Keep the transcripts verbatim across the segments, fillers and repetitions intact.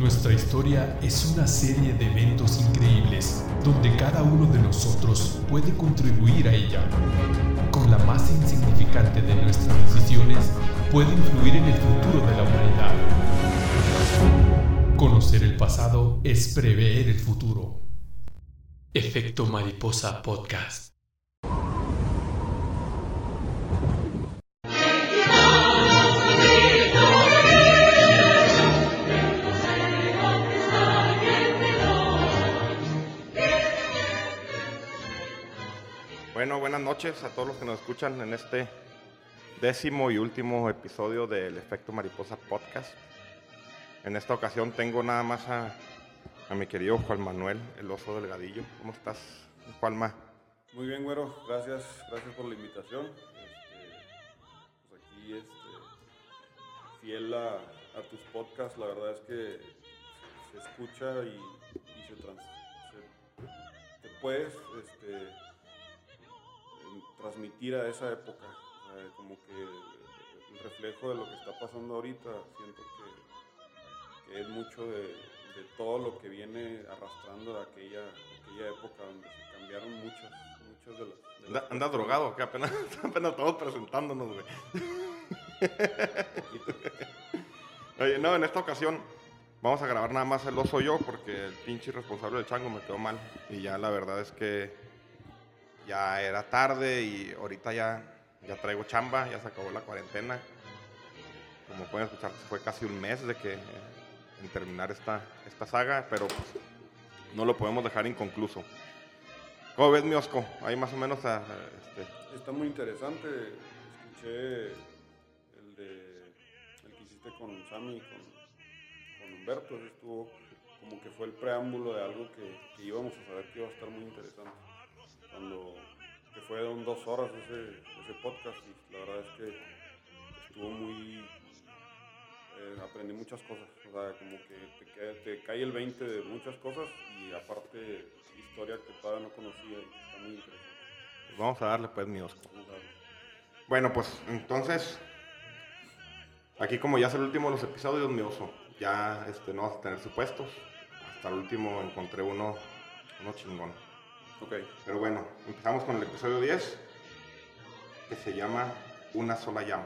Nuestra historia es una serie de eventos increíbles donde cada uno de nosotros puede contribuir a ella. Con la más insignificante de nuestras decisiones puede influir en el futuro de la humanidad. Conocer el pasado es prever el futuro. Efecto Mariposa Podcast. Bueno, buenas noches a todos los que nos escuchan en este décimo y último episodio del Efecto Mariposa Podcast. En esta ocasión tengo nada más a, a mi querido Juan Manuel, el oso delgadillo. ¿Cómo estás, Juanma? Muy bien, güero. Gracias, gracias por la invitación. Este, pues aquí, este, fiel a, a tus podcasts, la verdad es que se escucha y, y se, trans, se te puedes este, transmitir a esa época, eh, como que el reflejo de lo que está pasando ahorita. Siento que, que es mucho de, de todo lo que viene arrastrando de aquella, aquella época donde se cambiaron muchas, muchas de las... De Anda, las anda drogado, que apenas, apenas estamos presentándonos, güey. Oye, no, en esta ocasión vamos a grabar nada más el oso yo, porque el pinche responsable del chango me quedó mal. Y ya la verdad es que ya era tarde y ahorita ya, ya traigo chamba, ya se acabó la cuarentena. Como pueden escuchar, fue casi un mes de que eh, en terminar esta, esta saga, pero pues, no lo podemos dejar inconcluso. ¿Cómo ves, mi Osco? Ahí más o menos a, a, este... Está muy interesante. Escuché el de el que hiciste con Sammy y con, con Humberto. Eso estuvo como que fue el preámbulo de algo que, que íbamos a saber que iba a estar muy interesante. Cuando que fue de dos horas ese, ese podcast, y la verdad es que estuvo muy... Eh, aprendí muchas cosas, o sea, como que te, cae, te cae el veinte de muchas cosas, y aparte historia que todavía no conocía y que está muy interesante. Pues vamos a darle pues, mi Osco. Vamos a darle. Bueno, pues entonces, aquí como ya es el último de los episodios, mi oso, ya este, no vas a tener supuestos. Hasta el último encontré uno, uno chingón. Ok. Pero bueno, empezamos con el episodio diez, que se llama Una sola llama.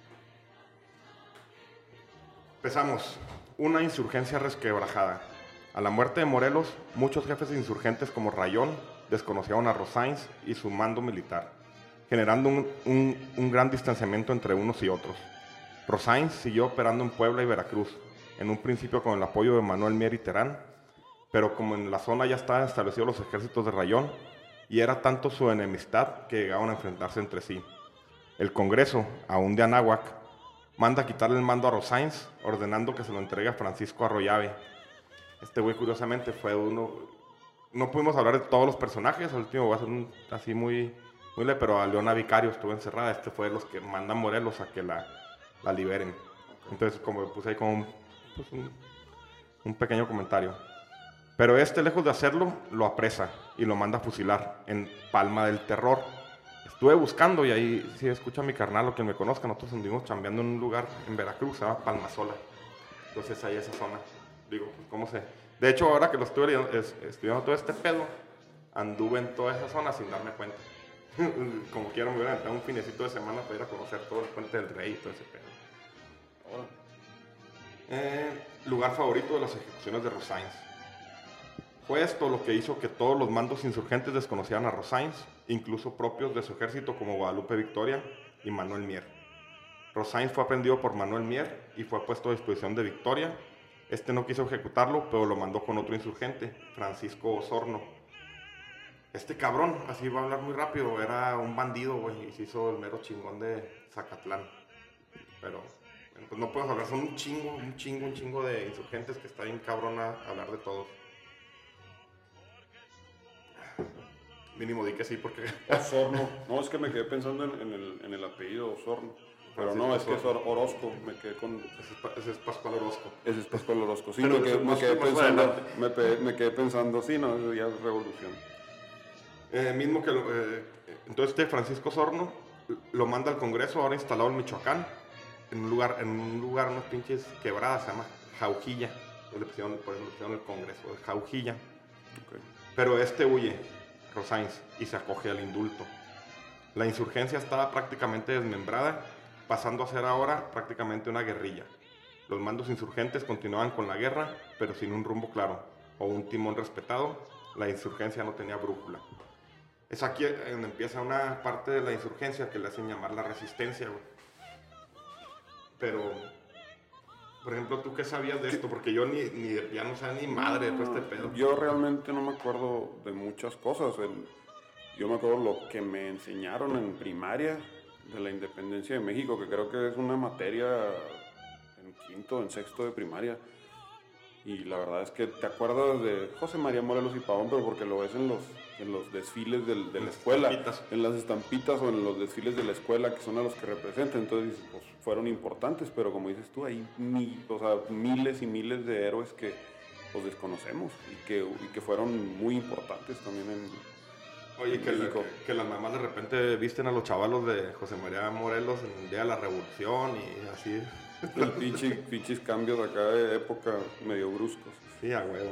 Empezamos. Una insurgencia resquebrajada. A la muerte de Morelos, muchos jefes insurgentes como Rayón desconocieron a Rosayns y su mando militar, generando un, un, un gran distanciamiento entre unos y otros. Rosayns siguió operando en Puebla y Veracruz, en un principio con el apoyo de Manuel Mier y Terán, pero como en la zona ya estaban establecidos los ejércitos de Rayón, y era tanto su enemistad que llegaban a enfrentarse entre sí. El Congreso, aún de Anáhuac, manda quitarle el mando a Rosayns, ordenando que se lo entregue a Francisco Arroyave. Este güey, curiosamente, fue uno... No pudimos hablar de todos los personajes, al último va a ser un, así muy... muy leve, pero a Leona Vicario estuvo encerrada. Este fue de los que mandan Morelos a que la, la liberen. Entonces, como puse ahí como un, pues un, un pequeño comentario. Pero este, lejos de hacerlo, lo apresa y lo manda a fusilar en Palma del Terror. Estuve buscando y ahí, si escucha a mi carnal o quien me conozca, nosotros anduvimos chambeando en un lugar en Veracruz, se llama Palmasola. Entonces ahí esa zona, digo, pues cómo sé. De hecho, ahora que lo estuve es, estudiando todo este pedo, anduve en toda esa zona sin darme cuenta. Como quiero, me hubiera aventado un finecito de semana para ir a conocer todo el Puente del Rey y todo ese pedo. Ahora, eh, lugar favorito de las ejecuciones de Rosayns. Fue esto lo que hizo que todos los mandos insurgentes desconocieran a Rosayns, incluso propios de su ejército como Guadalupe Victoria y Manuel Mier. Rosayns fue aprendido por Manuel Mier y fue puesto a disposición de Victoria. Este no quiso ejecutarlo, pero lo mandó con otro insurgente, Francisco Osorno. Este cabrón, así va a hablar muy rápido, era un bandido, güey, y se hizo el mero chingón de Zacatlán. Pero, bueno, pues no podemos hablar, son un chingo, un chingo, un chingo de insurgentes que está bien cabrón a hablar de todos. Mínimo di que sí, porque... Osorno. No, es que me quedé pensando en, en, el, en el apellido Osorno. Pero no, es que es Orozco. Me quedé con... Ese es, ese es Pascual Orozco. Ese es Pascual Orozco. Sí, pero me quedé, me quedé más pensando... Me, pe, me quedé pensando, sí, no, eso ya es revolución. Eh, mismo que... Eh, entonces este Francisco Osorno lo manda al Congreso, ahora instalado en Michoacán, en un lugar, en un lugar, unas pinches quebradas, se llama Jauquilla. Le pusieron, por eso le pusieron el Congreso de Jaujilla. Okay. Pero este huye, Rosáins, y se acoge al indulto. La insurgencia estaba prácticamente desmembrada, pasando a ser ahora prácticamente una guerrilla. Los mandos insurgentes continuaban con la guerra, pero sin un rumbo claro o un timón respetado. La insurgencia no tenía brújula. Es aquí donde empieza una parte de la insurgencia que le hacen llamar la resistencia, güey. Pero, por ejemplo, ¿tú qué sabías de esto? Porque yo ni, ni ya no sé ni madre de todo este pedo. Yo realmente no me acuerdo de muchas cosas. El, yo me acuerdo lo que me enseñaron en primaria de la independencia de México, que creo que es una materia en quinto, en sexto de primaria. Y la verdad es que te acuerdas de José María Morelos y Pavón, pero porque lo ves en los, en los desfiles del, de la escuela, estampitas. en las estampitas o en los desfiles de la escuela, que son a los que representan. Entonces, pues fueron importantes, pero como dices tú, hay mi, o sea, miles y miles de héroes que pues, desconocemos y que, y que fueron muy importantes también en Oye, que, México. que, que las mamás de repente visten a los chavalos de José María Morelos en el día de la Revolución y así. El pinche, pinches cambios acá de época medio bruscos. Sí, a huevo.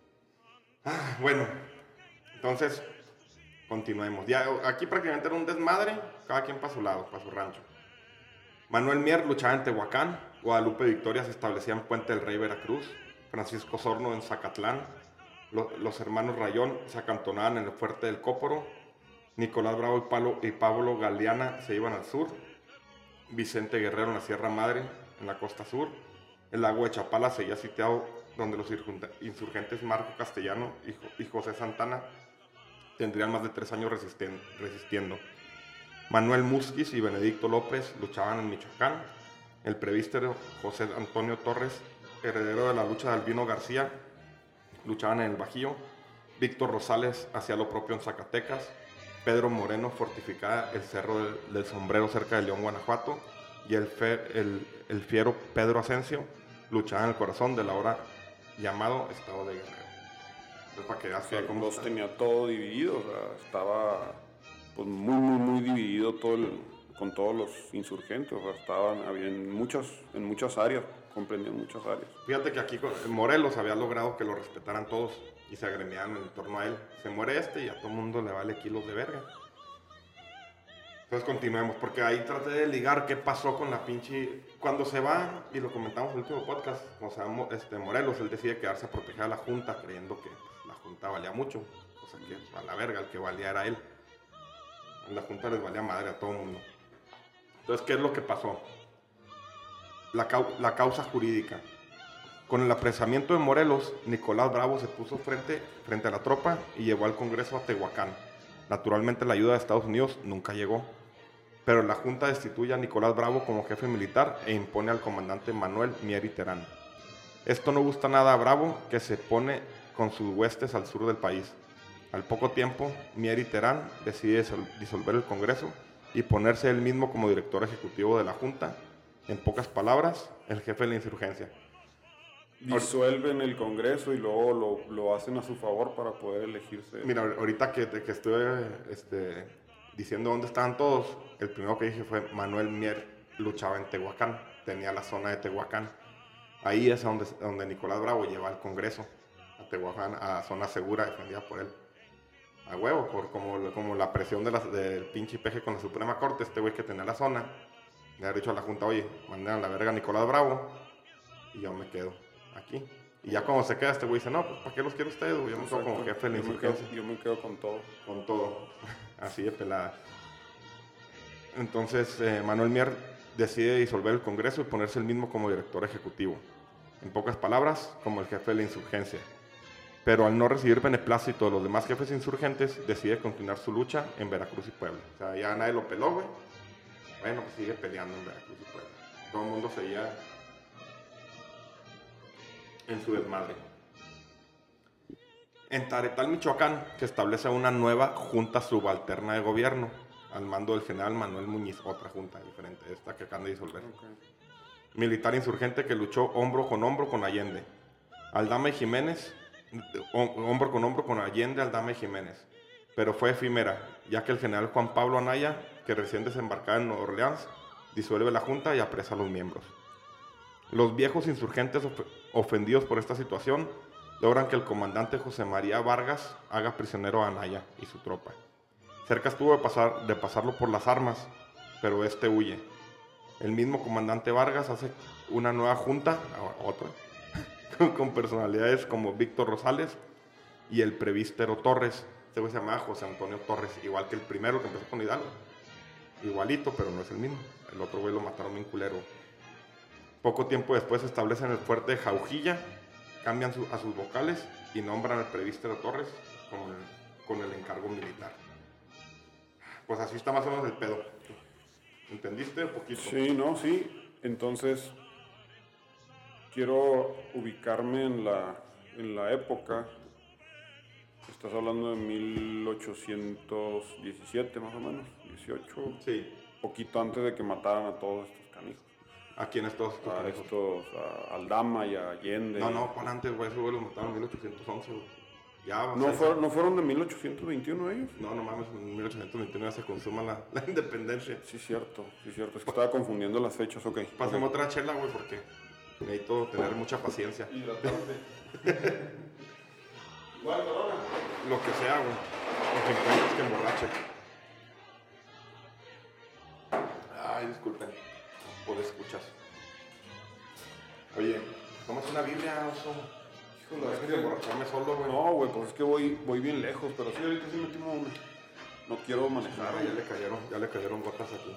Ah, bueno, entonces, continuemos. Ya, aquí prácticamente era un desmadre, cada quien para su lado, para su rancho. Manuel Mier luchaba en Tehuacán, Guadalupe Victoria se establecía en Puente del Rey, Veracruz, Francisco Sorno en Zacatlán, lo, los hermanos Rayón se acantonaban en el fuerte del Cóporo, Nicolás Bravo y, Palo, y Pablo Galeana se iban al sur, Vicente Guerrero en la Sierra Madre, en la costa sur, el lago de Chapala seguía sitiado donde los insurgentes Marco Castellano y José Santana tendrían más de tres años resistiendo. Manuel Musquiz y Benedicto López luchaban en Michoacán, el prevístero José Antonio Torres, heredero de la lucha de Albino García, luchaban en el Bajío, Víctor Rosales hacía lo propio en Zacatecas, Pedro Moreno fortificaba el Cerro del, del Sombrero cerca de León, Guanajuato, y el, fe, el, el fiero Pedro Asensio luchaba en el corazón del ahora llamado Estado de Guerrero. Entonces, para que veas O sea, cómo los está. tenía todo dividido, o sea, estaba pues muy, muy, muy dividido todo el, con todos los insurgentes, o sea, estaban, había en muchas, en muchas áreas, comprendían muchas áreas. Fíjate que aquí Morelos había logrado que lo respetaran todos y se agremiaban en torno a él. Se muere este y a todo el mundo le vale kilos de verga. Entonces continuemos, porque ahí traté de ligar qué pasó con la pinche... Cuando se va, y lo comentamos en el último podcast, cuando se va este, Morelos, él decide quedarse a proteger a la Junta, creyendo que pues, la Junta valía mucho. O sea, que a la verga, el que valía era él. A la Junta les valía madre a todo el mundo. Entonces, ¿qué es lo que pasó? La, cau- la causa jurídica. Con el apresamiento de Morelos, Nicolás Bravo se puso frente, frente a la tropa y llevó al Congreso a Tehuacán. Naturalmente la ayuda de Estados Unidos nunca llegó, pero la Junta destituye a Nicolás Bravo como jefe militar e impone al comandante Manuel Mier y Terán. Esto no gusta nada a Bravo, que se pone con sus huestes al sur del país. Al poco tiempo, Mier y Terán decide disolver el Congreso y ponerse él mismo como director ejecutivo de la Junta, en pocas palabras, el jefe de la insurgencia. Disuelven el Congreso y luego lo, lo hacen a su favor para poder elegirse. Mira, ahorita que, que estuve este, diciendo dónde estaban todos, el primero que dije fue Manuel Mier luchaba en Tehuacán, tenía la zona de Tehuacán. Ahí es donde, donde Nicolás Bravo lleva al Congreso, a Tehuacán, a zona segura defendida por él. A huevo, por como, como la presión de la, del pinche peje con la Suprema Corte, este güey que tenía la zona, le ha dicho a la Junta, oye, manden a la verga a Nicolás Bravo y yo me quedo aquí. Y ya cuando se queda este güey dice, no, pues ¿para qué los quiero ustedes? Yo me quedo como jefe de la yo me, quedo, insurgencia. yo me quedo con todo. Con todo. Así de pelada. Entonces eh, Manuel Mier decide disolver el Congreso y ponerse él mismo como director ejecutivo. En pocas palabras, como el jefe de la insurgencia. Pero al no recibir beneplácito de los demás jefes insurgentes, decide continuar su lucha en Veracruz y Puebla. O sea, ya nadie lo peló, güey. Bueno, pues sigue peleando en Veracruz y Puebla. Todo el mundo seguía en su desmadre. En Taretal, Michoacán, se establece una nueva junta subalterna de gobierno al mando del general Manuel Muñiz, otra junta diferente de esta que acaban de disolver. Okay. Militar insurgente que luchó hombro con hombro con Allende. Aldama y Jiménez, hombro con hombro con Allende, Aldama y Jiménez. Pero fue efímera, ya que el general Juan Pablo Anaya, que recién desembarcaba en Nueva Orleans, disuelve la junta y apresa a los miembros. Los viejos insurgentes of- ofendidos por esta situación logran que el comandante José María Vargas haga prisionero a Anaya y su tropa. Cerca estuvo de, pasar, de pasarlo por las armas, pero este huye. El mismo comandante Vargas hace una nueva junta, otra, con personalidades como Víctor Rosales y el prevístero Torres. Este güey se llamaba José Antonio Torres, igual que el primero que empezó con Hidalgo. Igualito, pero no es el mismo. El otro güey lo mataron bien culero. Poco tiempo después se establecen el fuerte de Jaujilla, cambian su, a sus vocales y nombran al prevístero Torres con el, con el encargo militar. Pues así está más o menos el pedo. ¿Entendiste un poquito? Sí, no, sí. Entonces, quiero ubicarme en la, en la época. Estás hablando de mil ochocientos diecisiete, más o menos, dieciocho. Sí. Poquito antes de que mataran a todos estos canijos. ¿A quién estos? estos A canijos? estos, a Aldama y a Allende. No, no, ¿cuál antes, güey? Esos güey los mataron en mil ochocientos once, güey. Ya, o ¿No sea, fueron, ¿No fueron de mil ochocientos veintiuno ellos? No, no mames, en mil ochocientos veintiuno ya se consuma la, la independencia. Sí, cierto, sí, cierto. Es que estaba confundiendo las fechas, ok. Pásame otra chela, güey, porque necesito tener mucha paciencia. Igual, corona. Lo que sea, güey. Lo que encuentres que emborrache. Ay, disculpen. Por escuchas. Oye, ¿tomas una Biblia, oso? Híjole, No es dejes que- de emborracharme solo, güey. No, güey, pues es que voy, voy bien lejos, pero sí, ahorita sí metimos una. No quiero manejar. Ah, ya le cayeron, ya le cayeron gotas aquí.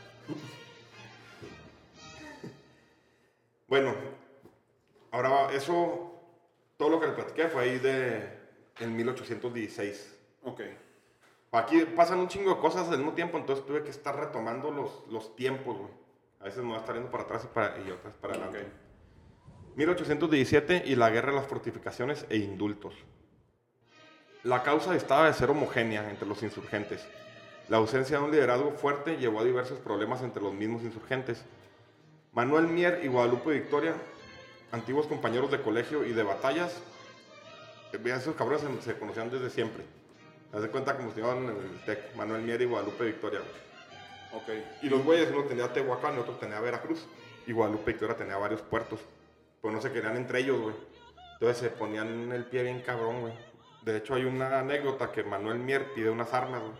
Bueno, ahora va, eso, todo lo que le platiqué fue ahí de en mil ochocientos dieciséis. Ok. Aquí pasan un chingo de cosas al mismo tiempo, entonces tuve que estar retomando los, los tiempos, güey. A veces me voy a estar yendo para atrás y, para, y otras para adelante. Ok. mil ochocientos diecisiete y la guerra de las fortificaciones e indultos. La causa estaba de ser homogénea entre los insurgentes. La ausencia de un liderazgo fuerte llevó a diversos problemas entre los mismos insurgentes. Manuel Mier y Guadalupe Victoria, antiguos compañeros de colegio y de batallas, eh, esos cabrones se, se conocían desde siempre. Haz de cuenta como si llamaban en el TEC, Manuel Mier y Guadalupe Victoria. Ok. Y los güeyes, uno tenía Tehuacán y otro tenía Veracruz. Y Guadalupe Victoria tenía varios puertos. Pues no se querían entre ellos, güey. Entonces se ponían el pie bien cabrón, güey. De hecho, hay una anécdota que Manuel Mier pide unas armas, güey.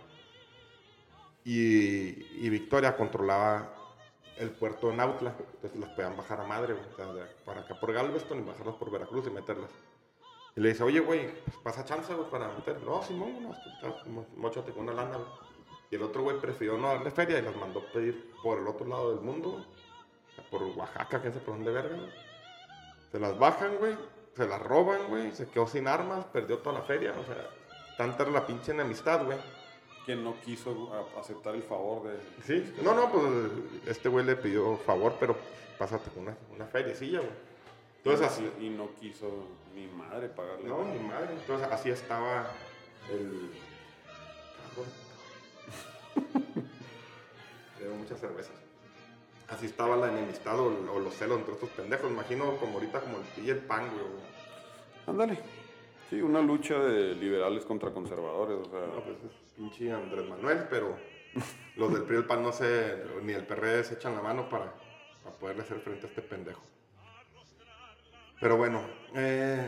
Y, y Victoria controlaba el puerto de Nautla. Entonces las podían bajar a madre, güey. O sea, de- para acá por Galveston y bajarlas por Veracruz y meterlas. Y le dice, oye, güey, pues pasa chance, güey, para meter. No, Simón, no, no, mochate con una lana, güey. Y el otro güey prefirió no darle feria y las mandó pedir por el otro lado del mundo, güey. O sea, por Oaxaca, que se por dónde verga, güey. Se las bajan, güey. Se las roban, güey. Se quedó sin armas, perdió toda la feria. O sea, tanta era la pinche enemistad, güey. Que no quiso a- aceptar el favor de. Sí. No, no, pues este güey le pidió favor, pero pásate con una, una feriecilla, güey. Entonces así. Y no quiso ni madre pagarle. No, ni madre. Entonces así estaba el. Tengo muchas cervezas. Así estaba la enemistad o, o los celos entre estos pendejos. Imagino como ahorita como el P y el P A N, güey. Ándale. Sí, una lucha de liberales contra conservadores, o sea. No, pues es pinche Andrés Manuel, pero los del P R I y el P A N no se, ni el P R D se echan la mano para, para poderle hacer frente a este pendejo. Pero bueno, eh,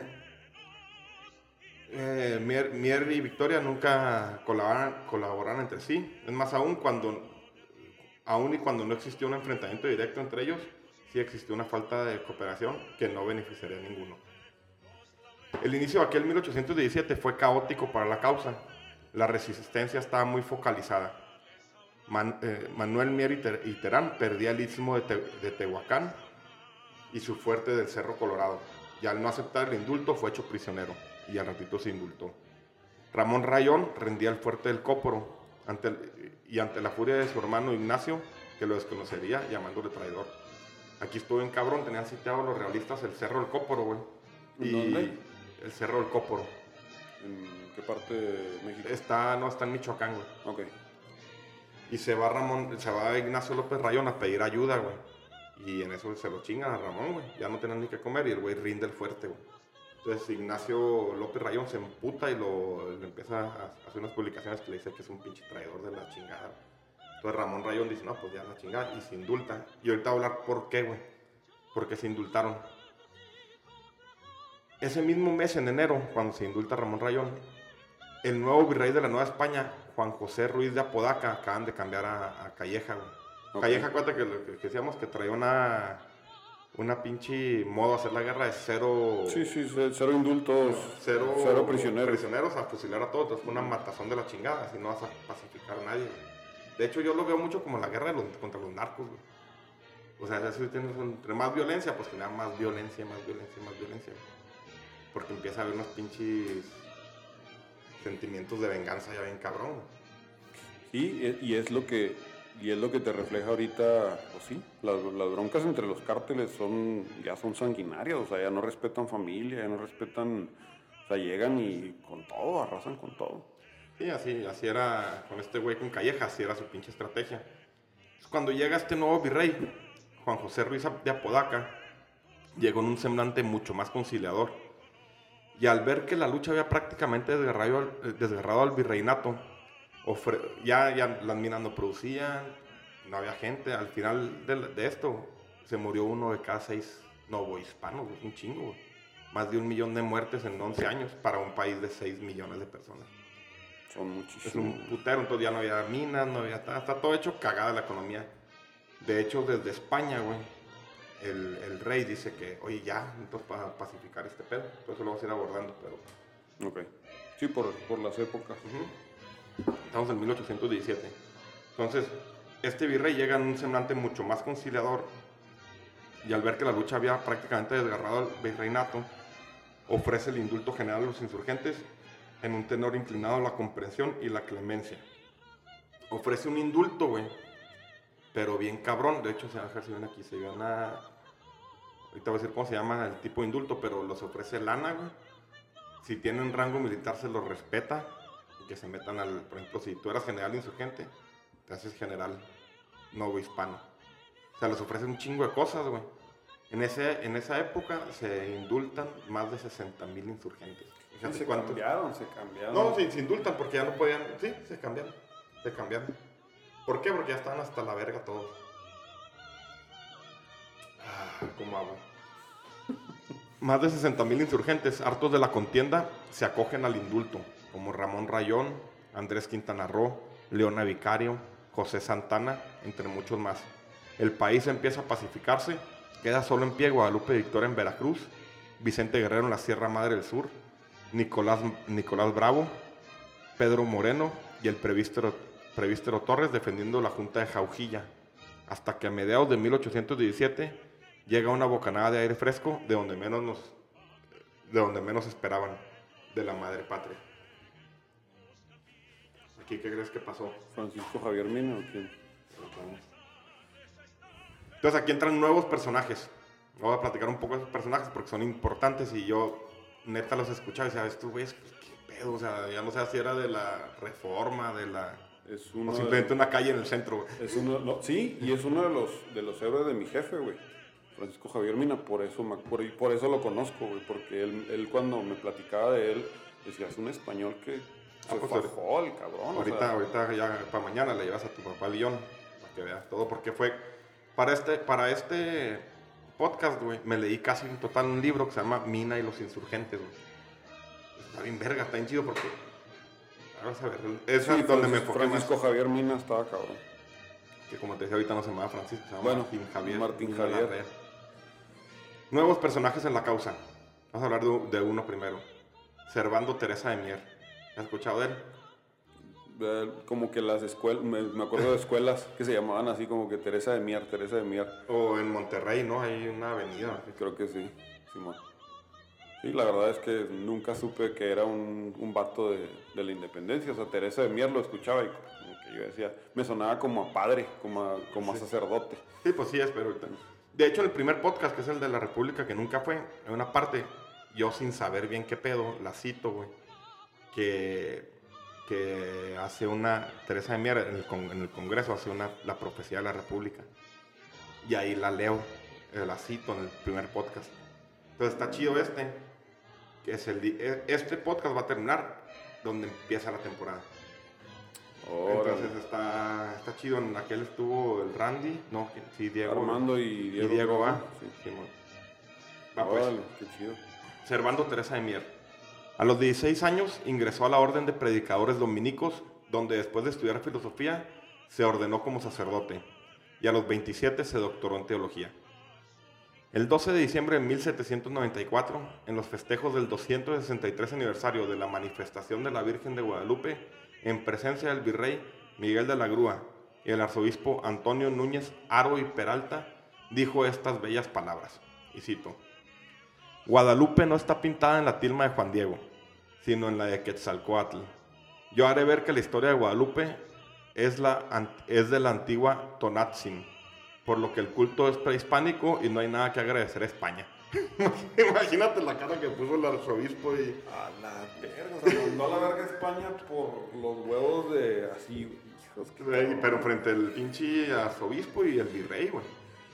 eh, Mier, Mier y Victoria nunca colaboran, colaboran entre sí. Es más, aún cuando, aún y cuando no existió un enfrentamiento directo entre ellos, sí existió una falta de cooperación que no beneficiaría a ninguno. El inicio de aquel mil ochocientos diecisiete fue caótico para la causa. La resistencia estaba muy focalizada. Man, eh, Manuel Mier y, Ter, y Terán perdía el istmo de, Te, de Tehuacán y su fuerte del Cerro Colorado. Y al no aceptar el indulto fue hecho prisionero y al ratito se indultó. Ramón Rayón rendía el fuerte del Cóporo ante el, y ante la furia de su hermano Ignacio, que lo desconocería llamándole traidor. Aquí estuvo en cabrón, tenían sitiado los realistas el Cerro del Cóporo, güey. ¿En Y dónde? el Cerro del Cóporo. ¿En qué parte de México? Está, no, está en Michoacán, güey. Ok. Y se va Ramón, se va Ignacio López Rayón a pedir ayuda, güey. Y en eso se lo chingan a Ramón, güey. Ya no tenían ni qué comer y el güey rinde el fuerte, güey. Entonces Ignacio López Rayón se emputa y lo, le empieza a hacer unas publicaciones que le dice que es un pinche traidor de la chingada. Entonces Ramón Rayón dice, no, pues ya la chingada, y se indulta. Y ahorita voy a hablar por qué, güey. porque se indultaron. Ese mismo mes, en enero, cuando se indulta a Ramón Rayón, el nuevo virrey de la Nueva España, Juan José Ruiz de Apodaca, acaban de cambiar a, a Calleja, güey. Okay. Calleja, acuérdate que, que, que decíamos que traía una, una pinche modo a hacer la guerra de cero... Sí, sí, cero indultos, cero, cero prisioneros. prisioneros a fusilar a todos. Entonces fue una matazón de la chingada, así no vas a pacificar a nadie, güey. De hecho, yo lo veo mucho como la guerra de los, contra los narcos, güey. O sea, si tienes entre más violencia, pues genera más violencia, más violencia, más violencia, güey. Porque empieza a haber unos pinches sentimientos de venganza ya bien cabrón. Sí, y es lo que, y es lo que te refleja ahorita, pues sí, las, las broncas entre los cárteles son, ya son sanguinarias, o sea, ya no respetan familia, ya no respetan, o sea, llegan y con todo, arrasan con todo. Sí, así, así era con este güey con Calleja, así era su pinche estrategia. Entonces, cuando llega este nuevo virrey, Juan José Ruiz de Apodaca, llegó en un semblante mucho más conciliador. Y al ver que la lucha había prácticamente desgarrado al, desgarrado al virreinato, ofre, ya, ya las minas no producían, no había gente. Al final de, de esto, se murió uno de cada seis novohispanos, un chingo. Más de un millón de muertes en once años para un país de seis millones de personas. Son muchísimos. Es un putero, entonces ya no había minas, no había... Está, está todo hecho cagada la economía. De hecho, desde España, güey, el, el rey dice que, oye, ya, entonces para pacificar este pedo. Por eso lo vamos a ir abordando, pero... Ok. Sí, por, por las épocas. Uh-huh. Estamos en mil ochocientos diecisiete. Entonces, este virrey llega en un semblante mucho más conciliador y al ver que la lucha había prácticamente desgarrado al virreinato, ofrece el indulto general a los insurgentes en un tenor inclinado a la comprensión y la clemencia. Ofrece un indulto, güey, pero bien cabrón. De hecho, se va a dejar si ven aquí, se ve una... Ahorita voy a decir cómo se llama el tipo de indulto, pero los ofrece lana, güey. Si tienen rango militar, se los respeta. Y que se metan al... Por ejemplo, si tú eras general insurgente, te haces general novohispano. O sea, les ofrecen un chingo de cosas, güey. En, ese, en esa época se indultan más de sesenta mil insurgentes. Sí, se cuánto... cambiaron, se cambiaron. No, se, se indultan porque ya no podían... Sí, se cambiaron. Se cambiaron. ¿Por qué? Porque ya estaban hasta la verga todos. Ah, ¿cómo hago? Más de sesenta mil insurgentes, hartos de la contienda, se acogen al indulto, como Ramón Rayón, Andrés Quintana Roo, Leona Vicario, José Santana, entre muchos más. El país empieza a pacificarse, queda solo en pie Guadalupe Victoria en Veracruz, Vicente Guerrero en la Sierra Madre del Sur, Nicolás, Nicolás Bravo, Pedro Moreno y el prevístero, prevístero Torres defendiendo la Junta de Jaujilla, hasta que a mediados de mil ochocientos diecisiete llega una bocanada de aire fresco de donde menos nos, de donde menos esperaban, de la madre patria. ¿Aquí qué crees que pasó? ¿Francisco Javier Mina o quién? Entonces aquí entran nuevos personajes. Voy a platicar un poco de esos personajes porque son importantes y yo neta los escuchaba y decía, estos güeyes, pues, qué pedo, o sea, ya no sé si era de la Reforma, de la... Es uno o simplemente de... una calle en el centro, güey. Es uno, no, sí, y es uno de los, de los héroes de mi jefe, güey. Francisco Javier Mina, por eso, por, por eso lo conozco, güey, porque él, él cuando me platicaba de él, decía, es un español que Ah, se pues, fajó el cabrón. Ahorita, o sea, ahorita ya para mañana le llevas a tu papá a Lyon para que veas todo, porque fue para este, para este podcast, güey, me leí casi en total un libro que se llama Mina y los insurgentes, güey. Está bien verga, está bien chido porque vamos a ver, es sí, donde Francisco, me enfoqué Francisco más, Javier Mina estaba cabrón. que como te decía ahorita no se llama Francisco, se llama Bueno, Martín Javier. Martín Mina Javier. Larrea. Nuevos personajes en la causa. Vamos a hablar de, de uno primero. Servando Teresa de Mier. ¿Has escuchado de él? Eh, como que las escuelas, me, me acuerdo de escuelas que se llamaban así como que Teresa de Mier, Teresa de Mier. O en Monterrey, ¿no? Hay una avenida. Creo que sí, Simón. Sí, la verdad es que nunca supe que era un, un vato de, de la independencia. O sea, Teresa de Mier lo escuchaba y como que yo decía, me sonaba como a padre, como a, como a Sí. sacerdote. Sí, pues sí es, pero ahorita no. De hecho, el primer podcast, que es el de la República, que nunca fue, en una parte, yo sin saber bien qué pedo, la cito, güey, que, que hace una, Teresa de Mier, en el, con- en el Congreso, hace una, la profecía de la República. Y ahí la leo, eh, la cito en el primer podcast. Entonces está chido este, que es el, di- e- este podcast va a terminar donde empieza la temporada. Órale. Entonces está, está chido. En aquel estuvo el Randy, no, sí, Diego. Armando y Diego. Y Diego va. Sí. Sí, bueno. Va, pues. Órale, qué chido. Servando Teresa de Mier. A los dieciséis años ingresó a la orden de predicadores dominicos, donde después de estudiar filosofía se ordenó como sacerdote, y a los veintisiete se doctoró en teología. El doce de diciembre de mil setecientos noventa y cuatro, en los festejos del doscientos sesenta y tres aniversario de la manifestación de la Virgen de Guadalupe, en presencia del virrey Miguel de la Grúa y el arzobispo Antonio Núñez Haro y Peralta, dijo estas bellas palabras, y cito: Guadalupe no está pintada en la tilma de Juan Diego, sino en la de Quetzalcóatl. Yo haré ver que la historia de Guadalupe es, la, es de la antigua Tonatzin, por lo que el culto es prehispánico y no hay nada que agradecer a España. Imagínate la cara que puso el arzobispo y... A la verga, o sea, mandó a la verga a España por los huevos de así, hijos que... Güey, pero frente al pinche arzobispo y el virrey, güey.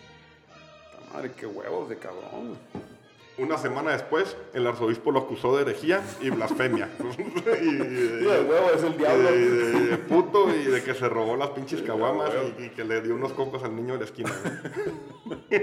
Puta madre, qué huevos de cabrón, güey. Una semana después, el arzobispo lo acusó de herejía y blasfemia. y, y, de huevo es el diablo. Y de, de puto y de que se robó las pinches caguamas y, y que le dio unos cocos al niño de la esquina. ¿No?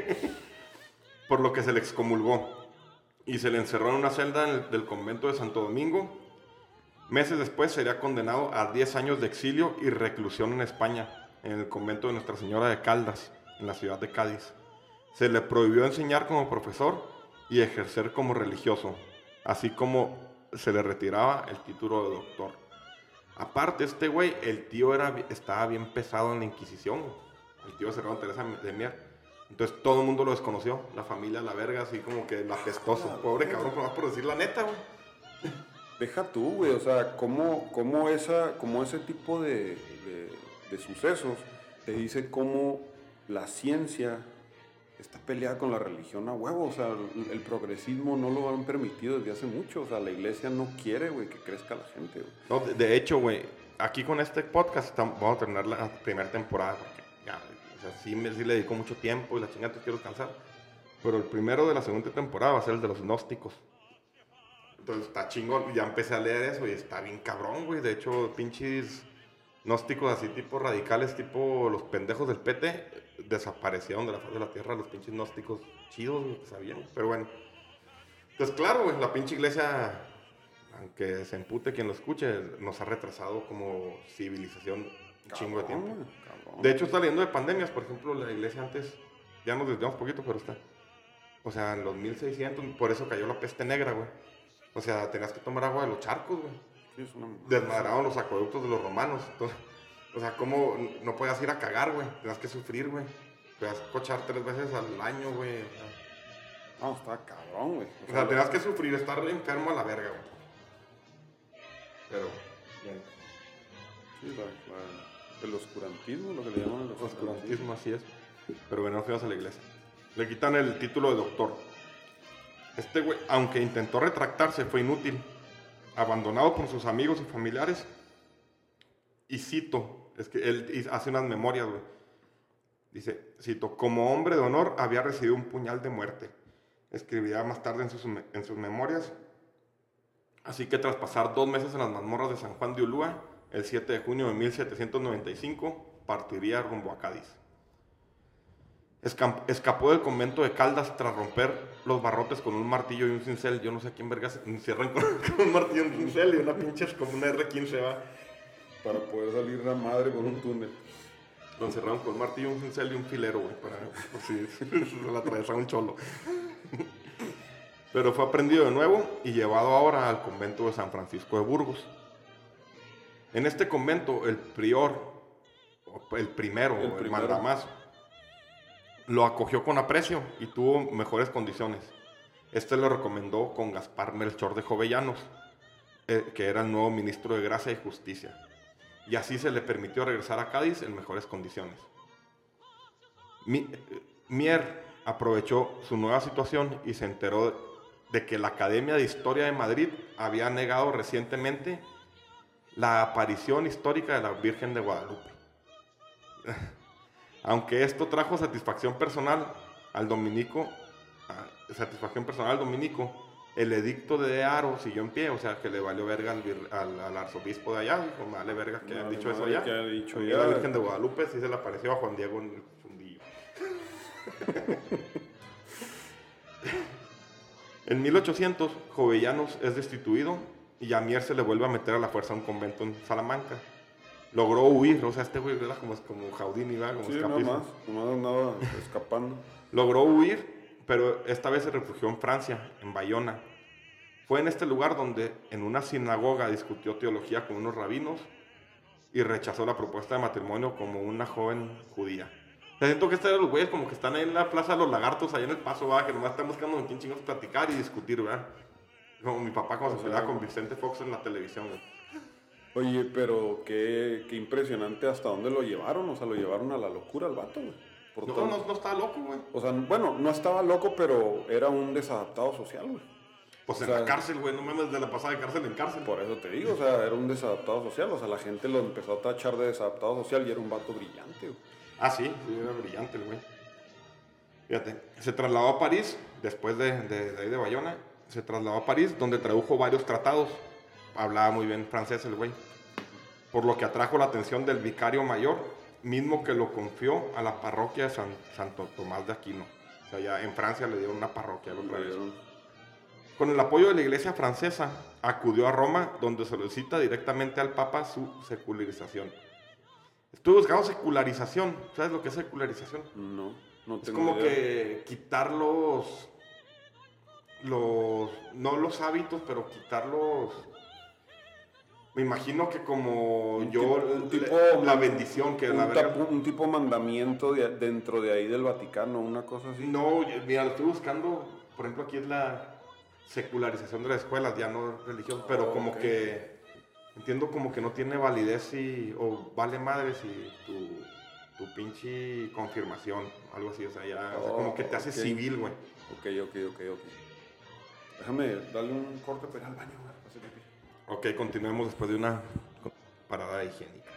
Por lo que se le excomulgó y se le encerró en una celda en el, del convento de Santo Domingo. Meses después sería condenado a diez años de exilio y reclusión en España, en el convento de Nuestra Señora de Caldas, en la ciudad de Cádiz. Se le prohibió enseñar como profesor y ejercer como religioso, así como se le retiraba el título de doctor. Aparte, este güey, el tío era, estaba bien pesado en la Inquisición. El tío Servando Teresa de Mier. Entonces todo el mundo lo desconoció, la familia, la verga, así como que la apestoso. Pobre cabrón, nomás por decir la neta, güey. Deja tú, güey, o sea, cómo, cómo, esa, cómo ese tipo de, de, de sucesos te dice cómo la ciencia está peleada con la religión a huevo. O sea, el, el progresismo no lo han permitido desde hace mucho. O sea, la iglesia no quiere, güey, que crezca la gente, güey. No, de, de hecho, güey, aquí con este podcast estamos, vamos a terminar la primera temporada, porque ya, o sea, sí, me, sí le dedico mucho tiempo y la chingada te quiero descansar. Pero el primero de la segunda temporada va a ser el de los gnósticos. Entonces está chingón, ya empecé a leer eso y está bien cabrón, güey. De hecho, pinches gnósticos así tipo radicales, tipo los pendejos del P T, desaparecieron de la faz de la tierra los pinches gnósticos chidos, güey, que sabían. Pero bueno, entonces claro, güey, la pinche iglesia, aunque se empute quien lo escuche, nos ha retrasado como civilización un chingo de tiempo. Cabrón. De hecho, está leyendo de pandemias, por ejemplo, la iglesia antes, ya nos desviamos poquito, pero está. O sea, en los mil seiscientos, por eso cayó la peste negra, güey. O sea, tenías que tomar agua de los charcos, güey. Sí, es una... Desmadraron los acueductos de los romanos. Entonces, o sea, ¿cómo no podías ir a cagar, güey? Tenías que sufrir, güey. Podías cochar tres veces al año, güey. O sea, no, estaba cabrón, güey. O sea, tenías que sufrir, estar enfermo a la verga, güey. Pero, bien. Sí, la, la, el oscurantismo, lo que le llaman el oscurantismo. Oscurantismo, así es. Pero bueno, no fuimos a la iglesia. Le quitan el título de doctor. Este güey, aunque intentó retractarse, fue inútil. Abandonado por sus amigos y familiares. Y cito, es que él hace unas memorias, güey. Dice, cito, como hombre de honor había recibido un puñal de muerte. Escribirá más tarde en sus, en sus memorias. Así que tras pasar dos meses en las mazmorras de San Juan de Ulúa, el siete de junio de mil setecientos noventa y cinco, partiría rumbo a Cádiz. Escap- escapó del convento de Caldas tras romper los barrotes con un martillo y un cincel. Yo no sé a quién vergas encierran con, con un martillo y un cincel y una pinche es como una erre quince, va. Para poder salir la madre por un túnel. Lo encerraron con un martillo, un cincel y un filero, güey, para por si se la atravesaba un cholo. Pero fue aprendido de nuevo y llevado ahora al convento de San Francisco de Burgos. En este convento, el prior, el primero, el, el mandamás, lo acogió con aprecio y tuvo mejores condiciones. Este lo recomendó con Gaspar Melchor de Jovellanos, eh, que era el nuevo ministro de Gracia y Justicia. Y así se le permitió regresar a Cádiz en mejores condiciones. Mi, eh, Mier aprovechó su nueva situación y se enteró de, de que la Academia de Historia de Madrid había negado recientemente la aparición histórica de la Virgen de Guadalupe. Aunque esto trajo satisfacción personal al dominico, satisfacción personal al dominico, El edicto de Haro siguió en pie, o sea, que le valió verga al, vir- al, al arzobispo de allá, dijo, me vale verga que No, han de dicho eso madre allá. que ha dicho A mí ya. la Virgen de Guadalupe sí se le apareció a Juan Diego en el fundillo. En mil ochocientos, Jovellanos es destituido y a Mier se le vuelve a meter a la fuerza a un convento en Salamanca. Logró huir, o sea, este güey era como, como Jaudini, ¿verdad? Como Sí, nada escapista. más, nomás andaba escapando. Logró huir, pero esta vez se refugió en Francia, en Bayona. Fue en este lugar donde en una sinagoga discutió teología con unos rabinos y rechazó la propuesta de matrimonio como una joven judía. O sea, siento que estos eran los güeyes como que están ahí en la Plaza de los Lagartos, ahí en el Paso, ¿verdad? Que nomás están buscando con quién chingos platicar y discutir, ¿verdad? Como mi papá cuando O se sea, peleaba con Vicente Fox en la televisión, güey. Oye, pero qué, qué impresionante hasta dónde lo llevaron. O sea, lo llevaron a la locura al vato, güey. Por No, todo. no, no estaba loco, güey. O sea, bueno, no estaba loco, pero era un desadaptado social, güey. Pues O en sea, la cárcel, güey, no mames, de la pasada de cárcel en cárcel. Por eso te digo, o sea, era un desadaptado social. O sea, la gente lo empezó a tachar de desadaptado social y era un vato brillante, güey. Ah, sí, sí, era brillante el güey. Fíjate, se trasladó a París, después de, de, de ahí de Bayona, se trasladó a París, donde tradujo varios tratados. Hablaba muy bien francés el güey. Por lo que atrajo la atención del vicario mayor, mismo que lo confió a la parroquia de San, Santo Tomás de Aquino. O sea, ya en Francia le dieron una parroquia la otra vez. Con el apoyo de la iglesia francesa, acudió a Roma, donde solicita directamente al Papa su secularización. Estuve buscando secularización. ¿Sabes lo que es secularización? No, no Es tengo como idea. que quitar los, los, no los hábitos, pero quitar los, me imagino que como Un yo, tipo- un le- tipo- la bendición que la un, verga. tapu- un tipo mandamiento de- dentro de ahí del Vaticano, una cosa así. No, mira, lo estoy buscando, por ejemplo, aquí es la secularización de las escuelas, ya no religión, pero Oh, como ok. que, entiendo como que no tiene validez y, o vale madre si tu, tu pinche confirmación, algo así, o sea, ya, o sea, como que te hace Oh, ok. civil, güey. Ok, ok, ok, ok. Déjame darle un corte para ir al baño, güey, para hacer pipí. Ok, continuemos después de una parada higiénica.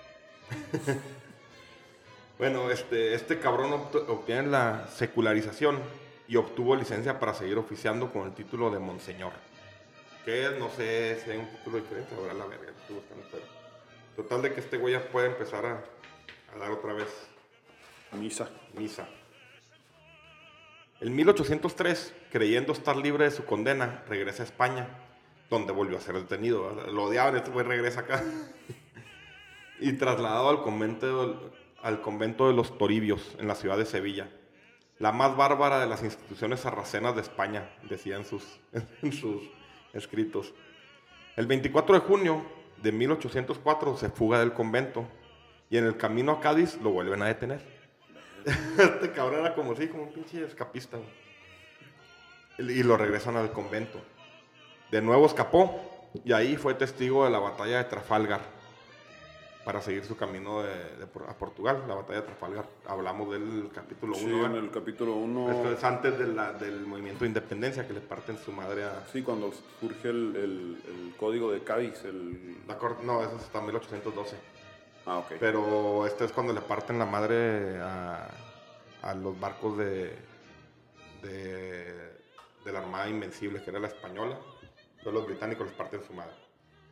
Bueno, este, este cabrón obt- obtiene la secularización y obtuvo licencia para seguir oficiando con el título de Monseñor. Que es, no sé si hay un título diferente, ahora la verga, estoy buscando, pero total de que este güey ya puede empezar a, a dar otra vez Misa. misa. En mil ochocientos tres, creyendo estar libre de su condena, regresa a España, donde volvió a ser detenido. ¿Verdad? Lo odiaban, este güey regresa acá. Y trasladado al convento, al convento de los Toribios, en la ciudad de Sevilla. La más bárbara de las instituciones sarracenas de España, decía en sus, en sus escritos. El veinticuatro de junio de mil ochocientos cuatro se fuga del convento y en el camino a Cádiz lo vuelven a detener. Este cabrón era como así, como un pinche escapista, güey. Y lo regresan al convento. De nuevo escapó y ahí fue testigo de la batalla de Trafalgar para seguir su camino de, de, a Portugal, la batalla de Trafalgar. Hablamos del capítulo Sí, uno. en el capítulo uno. Esto es antes de la, del movimiento de independencia que le parten su madre a... Sí, cuando surge el, el, el código de Cádiz, el... La cor- no, eso es hasta mil ochocientos doce. Ah, ok. Pero este es cuando le parten la madre a, a los barcos de, de, de la Armada Invencible, que era la española. Pero los británicos les parten su madre.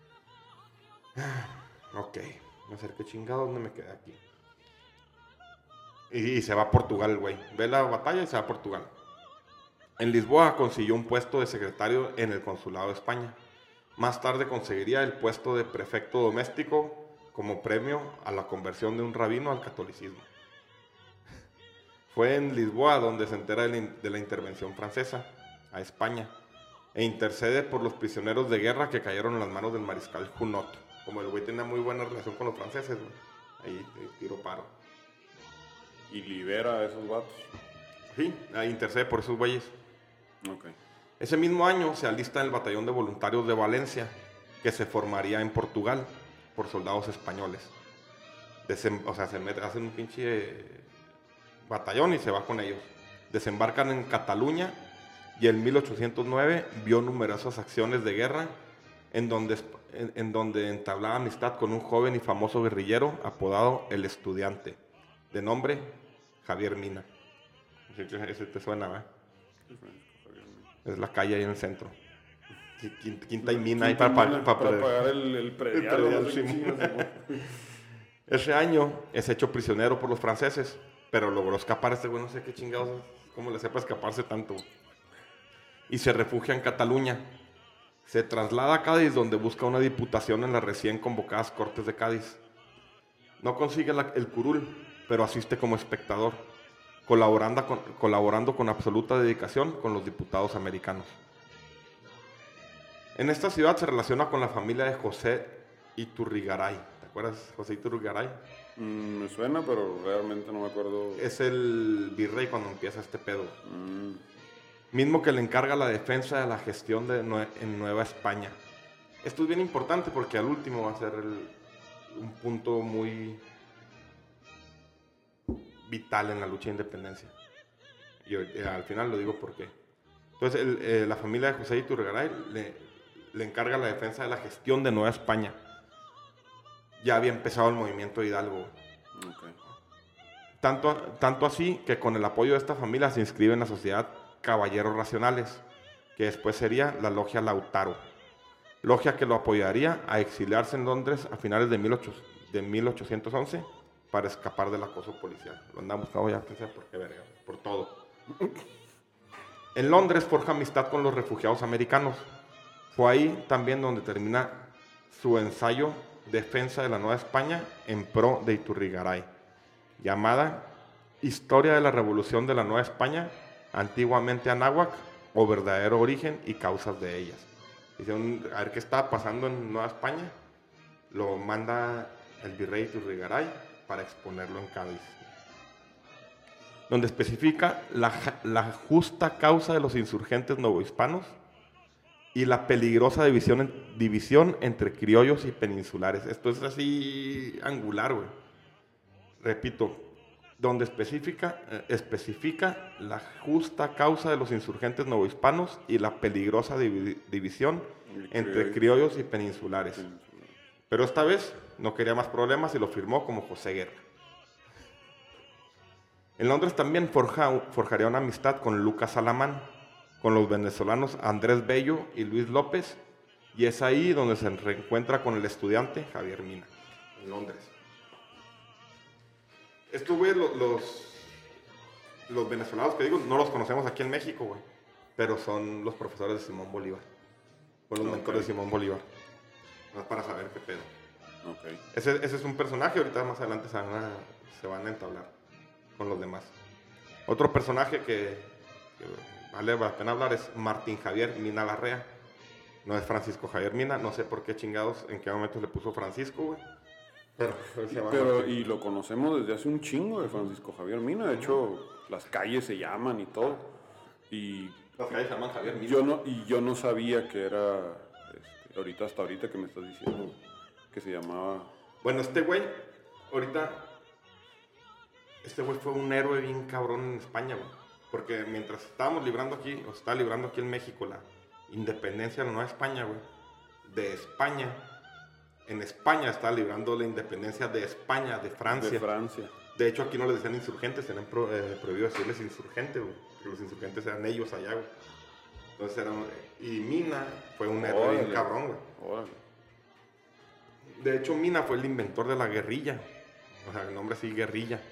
Ok, no sé qué chingado, ¿dónde me quedé aquí? Y, y se va a Portugal, güey. Ve la batalla y se va a Portugal. En Lisboa consiguió un puesto de secretario en el consulado de España. Más tarde conseguiría el puesto de prefecto doméstico como premio a la conversión de un rabino al catolicismo. Fue en Lisboa donde se entera de la, in- de la intervención francesa a España e intercede por los prisioneros de guerra que cayeron en las manos del mariscal Junot. Como el güey tenía muy buena relación con los franceses, güey, ahí eh, tiro paro. Y libera a esos vatos. Sí, ahí intercede por esos güeyes. Ok. Ese mismo año se alista en el batallón de voluntarios de Valencia, que se formaría en Portugal por soldados españoles. Desem- o sea, se mete, hacen un pinche eh, batallón y se va con ellos. Desembarcan en Cataluña y en mil ochocientos nueve vio numerosas acciones de guerra en donde, en, en donde entablaba amistad con un joven y famoso guerrillero apodado El Estudiante, de nombre Javier Mina. Ese, ese te suena, ¿verdad? Es la calle ahí en el centro. Quinta, quinta y mina ahí para, Mina, para, para para pagar el, el predial. el predial, no sé qué sí. chingas, Ese año es hecho prisionero por los franceses, pero logró escapar este güey, no sé qué chingados, cómo le sepa escaparse tanto. Y se refugia en Cataluña. Se traslada a Cádiz, donde busca una diputación en las recién convocadas Cortes de Cádiz. No consigue la, el curul, pero asiste como espectador, colaborando con, colaborando con absoluta dedicación con los diputados americanos. En esta ciudad se relaciona con la familia de José Iturrigaray. ¿Te acuerdas, José Iturrigaray? Mm, me suena, pero realmente no me acuerdo. Es el virrey cuando empieza este pedo. Mm. Mismo que le encarga la defensa de la gestión de Nue- en Nueva España. Esto es bien importante porque al último va a ser el, un punto muy vital en la lucha de independencia. Y eh, al final lo digo por qué. Entonces el, eh, la familia de José Iturrigaray le, le encarga la defensa de la gestión de Nueva España. Ya había empezado el movimiento de Hidalgo. Okay. Tanto, tanto así que con el apoyo de esta familia se inscribe en la sociedad Caballeros Racionales, que después sería la logia Lautaro. Logia que lo apoyaría a exiliarse en Londres a finales de, mil ochocientos once para escapar del acoso policial. Lo andan buscando ya, quién sabe por qué verga, por todo. En Londres forja amistad con los refugiados americanos. Fue ahí también donde termina su ensayo Defensa de la Nueva España en pro de Iturrigaray, llamada Historia de la Revolución de la Nueva España, antiguamente Anáhuac, o verdadero origen y causas de ellas. Dicen, a ver qué está pasando en Nueva España, lo manda el virrey Iturrigaray para exponerlo en Cádiz, donde especifica la, la justa causa de los insurgentes novohispanos y la peligrosa división, división entre criollos y peninsulares. Esto es así angular, güey. Repito, donde especifica, eh, especifica la justa causa de los insurgentes novohispanos y la peligrosa divi- división entre criollos y peninsulares. Pero esta vez no quería más problemas y lo firmó como José Guerra. En Londres también forja, forjaría una amistad con Lucas Alamán, con los venezolanos Andrés Bello y Luis López, y es ahí donde se reencuentra con el estudiante Javier Mina, en Londres. Estos güey, los, los, los venezolanos que digo, no los conocemos aquí en México, güey, pero son los profesores de Simón Bolívar, son los okay. mentores de Simón Bolívar, más para saber qué pedo. Okay. Ese, ese es un personaje, ahorita más adelante se van a, se van a entablar con los demás. Otro personaje que, que vale la pena hablar es Martín Javier Mina Larrea. No es Francisco Javier Mina, no sé por qué chingados, en qué momento le puso Francisco, güey. Pero, pero y lo conocemos desde hace un chingo de Francisco Javier Mina. De hecho, las calles se llaman y todo. Y las calles se llaman Javier Mina. Yo no, y yo no sabía que era, este, ahorita hasta ahorita que me estás diciendo que se llamaba... Bueno, este güey, ahorita, este güey fue un héroe bien cabrón en España, güey. Porque mientras estábamos librando aquí, o estaba librando aquí en México la independencia de la Nueva España, güey, de España... En España estaba librando la independencia de España, de Francia. De Francia. De hecho, aquí no les decían insurgentes, tenían pro, eh, prohibido decirles insurgentes, güey. Porque los insurgentes eran ellos allá, güey. Entonces eran... Y Mina fue un héroe bien cabrón, güey. Órale. De hecho, Mina fue el inventor de la guerrilla. O sea, el nombre así, guerrilla.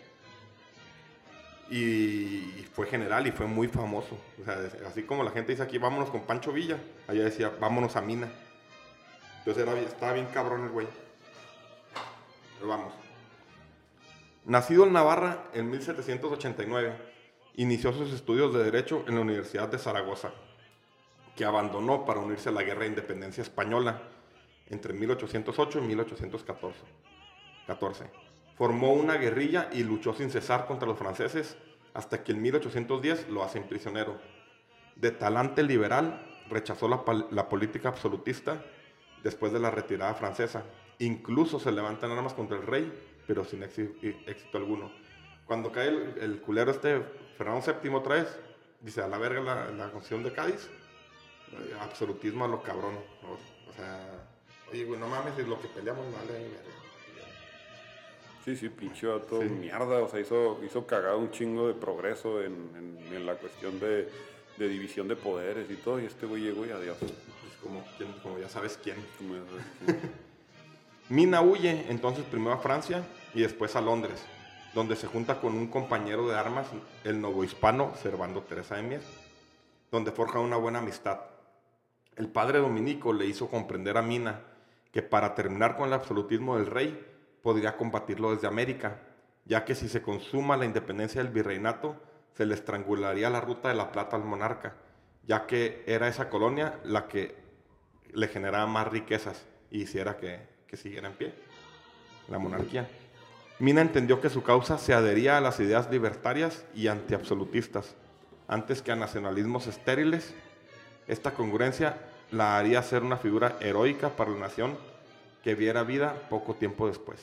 Y fue general y fue muy famoso. O sea, así como la gente dice aquí, vámonos con Pancho Villa, allá decía, vámonos a Mina. Entonces era, estaba bien cabrón el güey. Pero vamos. Nacido en Navarra en mil setecientos ochenta y nueve, inició sus estudios de Derecho en la Universidad de Zaragoza, que abandonó para unirse a la Guerra de Independencia Española entre mil ochocientos ocho y mil ochocientos catorce. Formó una guerrilla y luchó sin cesar contra los franceses hasta que en mil ochocientos diez lo hacen prisionero. De talante liberal, rechazó la, la política absolutista después de la retirada francesa. Incluso se levantan armas contra el rey, pero sin éxito alguno. Cuando cae el, el culero este, Fernando séptimo otra vez, dice, a la verga la, la Constitución de Cádiz, absolutismo a lo cabrón, ¿no? O sea, oye, güey, no mames, es lo que peleamos, vale, verga. Sí, sí, pinche vato, sí. Mierda, o sea, hizo, hizo cagado un chingo de progreso en, en, en la cuestión de, de división de poderes y todo, y este güey llegó y adiós. Es como, ¿quién? Como ya sabes quién. Como ya sabes quién. Mina huye entonces primero a Francia y después a Londres, donde se junta con un compañero de armas, el novohispano Servando Teresa de Mier, donde forja una buena amistad. El padre dominico le hizo comprender a Mina que para terminar con el absolutismo del rey, podría combatirlo desde América, ya que si se consuma la independencia del virreinato, se le estrangularía la ruta de la plata al monarca, ya que era esa colonia la que le generaba más riquezas y hiciera que, que siguiera en pie la monarquía. Mina entendió que su causa se adhería a las ideas libertarias y antiabsolutistas, antes que a nacionalismos estériles. Esta congruencia la haría ser una figura heroica para la nación que viera vida poco tiempo después.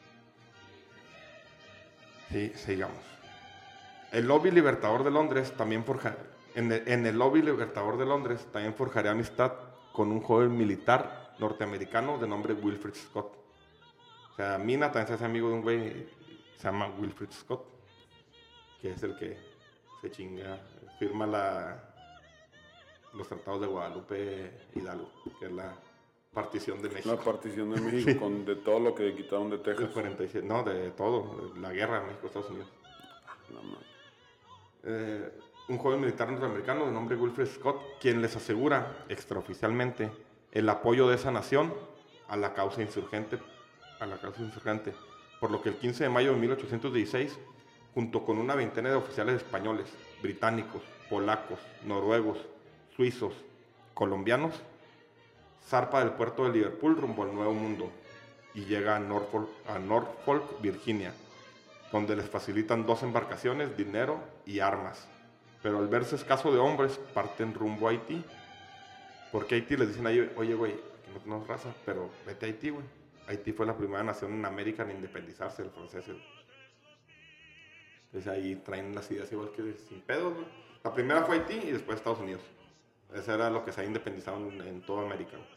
Sí, sigamos. El lobby libertador de Londres también forja, en, el, en el lobby libertador de Londres también forjaría amistad con un joven militar norteamericano de nombre Wilfred Scott. O sea, Mina también se hace amigo de un güey que se llama Wilfred Scott, que es el que se chinga, firma la, los tratados de Guadalupe Hidalgo, que es la partición de México. La partición de México, sí. Con de todo lo que quitaron de Texas. El cuarenta y siete, no, de todo, de la guerra de México-Estados Unidos. La madre. Eh, un joven militar norteamericano de nombre Wilfred Scott, quien les asegura extraoficialmente el apoyo de esa nación a la causa insurgente, a la causa insurgente, por lo que el quince de mayo de mil ochocientos dieciséis, junto con una veintena de oficiales españoles, británicos, polacos, noruegos, suizos, colombianos, zarpa del puerto de Liverpool rumbo al Nuevo Mundo y llega a Norfolk, a Norfolk, Virginia, donde les facilitan dos embarcaciones, dinero y armas. Pero al verse escaso de hombres, parten rumbo a Haití. Porque Haití les dicen ahí, oye, güey, aquí no tenemos raza, pero vete a Haití, güey. Haití fue la primera nación en América en independizarse del francés. Entonces ahí traen las ideas igual que sin pedos, güey. La primera fue Haití y después Estados Unidos. Eso era lo que se ha independizado en, en toda América, güey.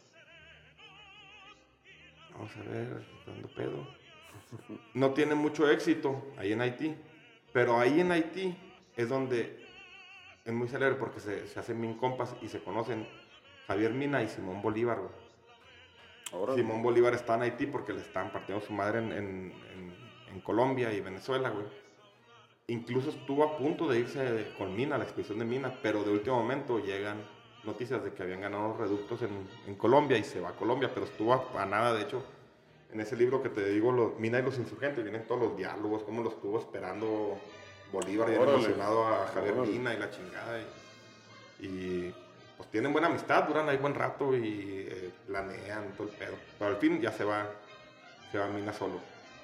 Vamos a ver, dando pedo. No tiene mucho éxito ahí en Haití, pero ahí en Haití es donde es muy célebre porque se, se hacen bien compas y se conocen Javier Mina y Simón Bolívar, güey. Ahora, Simón Bolívar está en Haití porque le estaban partiendo su madre en, en, en, en Colombia y Venezuela, güey. Incluso estuvo a punto de irse con Mina, la expedición de Mina, pero de último momento llegan noticias de que habían ganado los reductos en, en Colombia y se va a Colombia, pero estuvo a, a nada. De hecho, en ese libro que te digo, los, Mina y los insurgentes, vienen todos los diálogos, cómo lo estuvo esperando Bolívar y emocionado a Javier Órale. Mina y la chingada. Y, y pues tienen buena amistad, duran ahí buen rato y eh, planean todo el pedo. Pero al fin ya se va, se va Mina solo.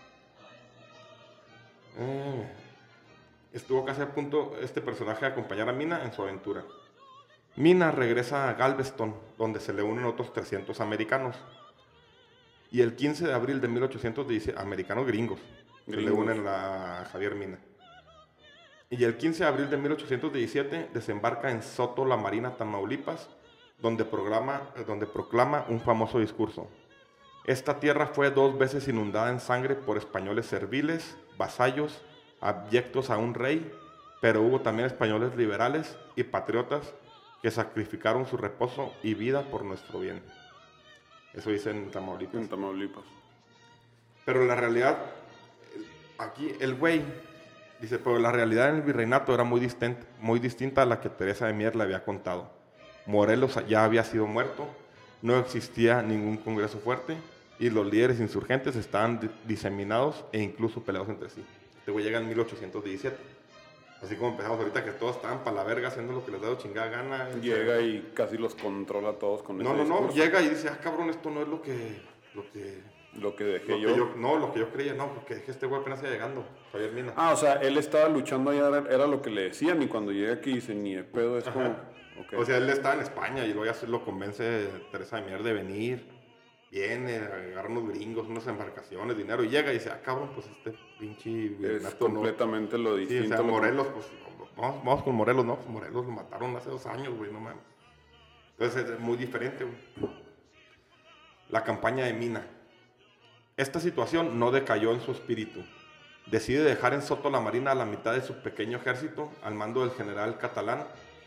Eh, estuvo casi a punto este personaje de acompañar a Mina en su aventura. Mina regresa a Galveston, donde se le unen otros trescientos americanos. Y el quince de abril de mil ochocientos diecisiete, americanos gringos, gringos. Se le unen a Javier Mina. Y el quince de abril de mil ochocientos diecisiete desembarca en Soto la Marina, Tamaulipas, donde, programa, donde proclama un famoso discurso. Esta tierra fue dos veces inundada en sangre por españoles serviles, vasallos, abyectos a un rey, pero hubo también españoles liberales y patriotas que sacrificaron su reposo y vida por nuestro bien. Eso dice en Tamaulipas. En Tamaulipas. Pero la realidad, aquí el güey dice, pero la realidad en el virreinato era muy distinta, muy distinta a la que Teresa de Mier le había contado. Morelos ya había sido muerto, no existía ningún congreso fuerte y los líderes insurgentes estaban diseminados e incluso peleados entre sí. Este güey llega en mil ochocientos diecisiete. Así como empezamos ahorita, que todos estaban para la verga haciendo lo que les da chingada gana. Llega y casi los controla a todos con no, ese No, no, discurso. no, llega y dice, ah, cabrón, esto no es lo que... Lo que, lo que dejé lo yo. Que yo. No, lo que yo creía, no, porque dejé este güey apenas llegando, Javier Mina. Ah, o sea, él estaba luchando allá, era lo que le decían, y cuando llega aquí dice, ni de pedo, es Ajá. como... Okay. O sea, él estaba en España y luego ya se lo convence Teresa de Mier de venir. Viene, agarra unos gringos, unas embarcaciones, dinero, y llega y dice, ah, cabrón, pues este pinche... Es completamente no. lo distinto. Sí, o sea, lo Morelos, pues, vamos, vamos con Morelos, ¿no? Pues Morelos lo mataron hace dos años, güey, no mames. Entonces es muy diferente, güey. La campaña de Mina. Esta situación no decayó en su espíritu. Decide dejar en Soto la Marina a la mitad de su pequeño ejército, al mando del general catalán,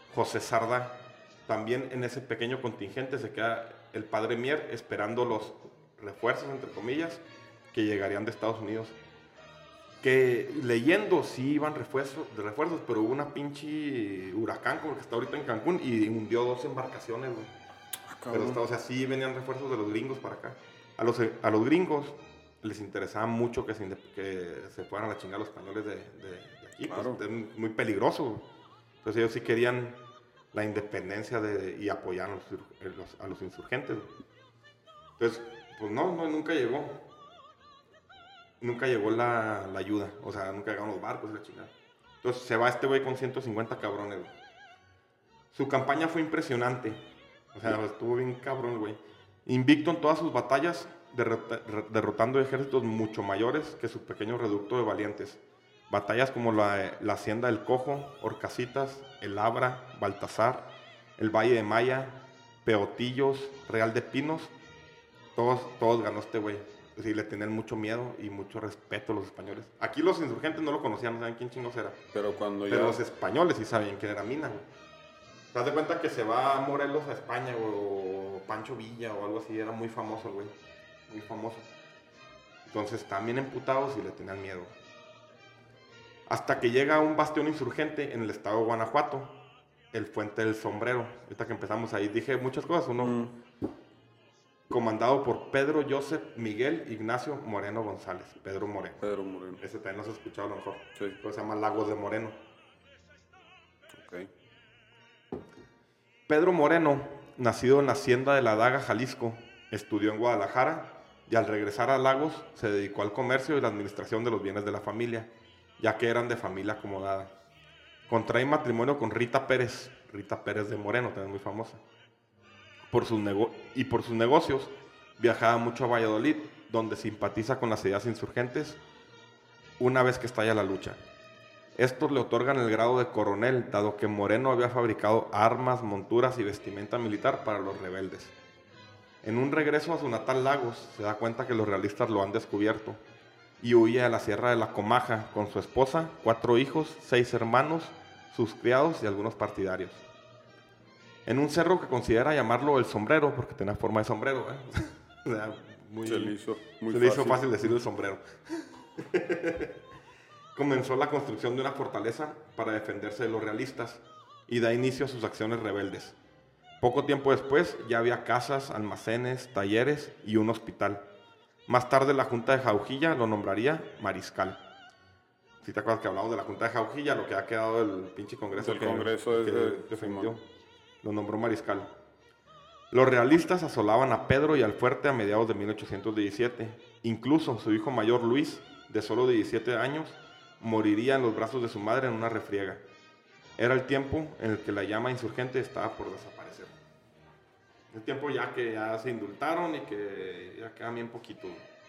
José Sardá. También en ese pequeño contingente se queda el padre Mier esperando los refuerzos, entre comillas, que llegarían de Estados Unidos. Que leyendo sí iban refuerzos, de refuerzos, pero hubo una pinche huracán como el que está ahorita en Cancún y hundió dos embarcaciones, güey. Ah, Pero, o sea, sí venían refuerzos de los gringos para acá. A los, a los gringos les interesaba mucho que se, que se fueran a la chingada los españoles de, de, de aquí. Claro. Pues, es muy peligroso, güey. Entonces ellos sí querían la independencia de, y apoyar a los, los, a los insurgentes. Entonces, pues no, no, nunca llegó. Nunca llegó la, la ayuda. O sea, nunca llegaron los barcos y la chingada. Entonces se va este güey con ciento cincuenta cabrones, güey. Su campaña fue impresionante. O sea, estuvo bien cabrón, güey. Invicto en todas sus batallas, derrota, derrotando ejércitos mucho mayores que su pequeño reducto de valientes. Batallas como la, la Hacienda del Cojo, Orcasitas, El Abra, Baltasar, el Valle de Maya, Peotillos, Real de Pinos, todos, todos ganó este güey. Es decir, le tenían mucho miedo y mucho respeto a los españoles. Aquí los insurgentes no lo conocían, no saben quién chingos era. Pero cuando Pero ya... los españoles sí sabían quién era Mina, güey. ¿Te das de cuenta que se va a Morelos a España, güey, o Pancho Villa o algo así? Era muy famoso el güey, muy famoso. Entonces estaban bien emputados y le tenían miedo. Hasta que llega un bastión insurgente en el estado de Guanajuato, el Fuente del Sombrero. Ahorita que empezamos ahí dije muchas cosas. Uno, mm. comandado por Pedro Joseph Miguel Ignacio Moreno González. Pedro Moreno. Pedro Moreno. Ese también no se ha escuchado a lo mejor. Sí. Pero se llama Lagos de Moreno. Ok. Pedro Moreno, nacido en la hacienda de La Daga, Jalisco, estudió en Guadalajara y al regresar a Lagos se dedicó al comercio y la administración de los bienes de la familia, ya que eran de familia acomodada. Contrae matrimonio con Rita Pérez, Rita Pérez de Moreno, también muy famosa. Por sus nego- y por sus negocios viajaba mucho a Valladolid, donde simpatiza con las ideas insurgentes una vez que estalla la lucha. Estos le otorgan el grado de coronel, dado que Moreno había fabricado armas, monturas y vestimenta militar para los rebeldes. En un regreso a su natal Lagos, se da cuenta que los realistas lo han descubierto y huye a la Sierra de la Comaja con su esposa, cuatro hijos, seis hermanos, sus criados y algunos partidarios. En un cerro que considera llamarlo El Sombrero, porque tenía forma de sombrero, ¿eh? O sea, muy, se le hizo, muy se le fácil. hizo fácil decir El Sombrero. Comenzó la construcción de una fortaleza para defenderse de los realistas y da inicio a sus acciones rebeldes. Poco tiempo después ya había casas, almacenes, talleres y un hospital. Más tarde la Junta de Jaujilla lo nombraría mariscal. Si te acuerdas que hablamos de la Junta de Jaujilla, lo que ha quedado del pinche congreso el que, congreso que de, defendió, lo nombró mariscal. Los realistas asolaban a Pedro y al fuerte a mediados de mil ochocientos diecisiete. Incluso su hijo mayor Luis, de solo diecisiete años, moriría en los brazos de su madre en una refriega. Era el tiempo en el que la llama insurgente estaba por desaparecer. El tiempo ya que ya se indultaron y que ya queda bien poquito.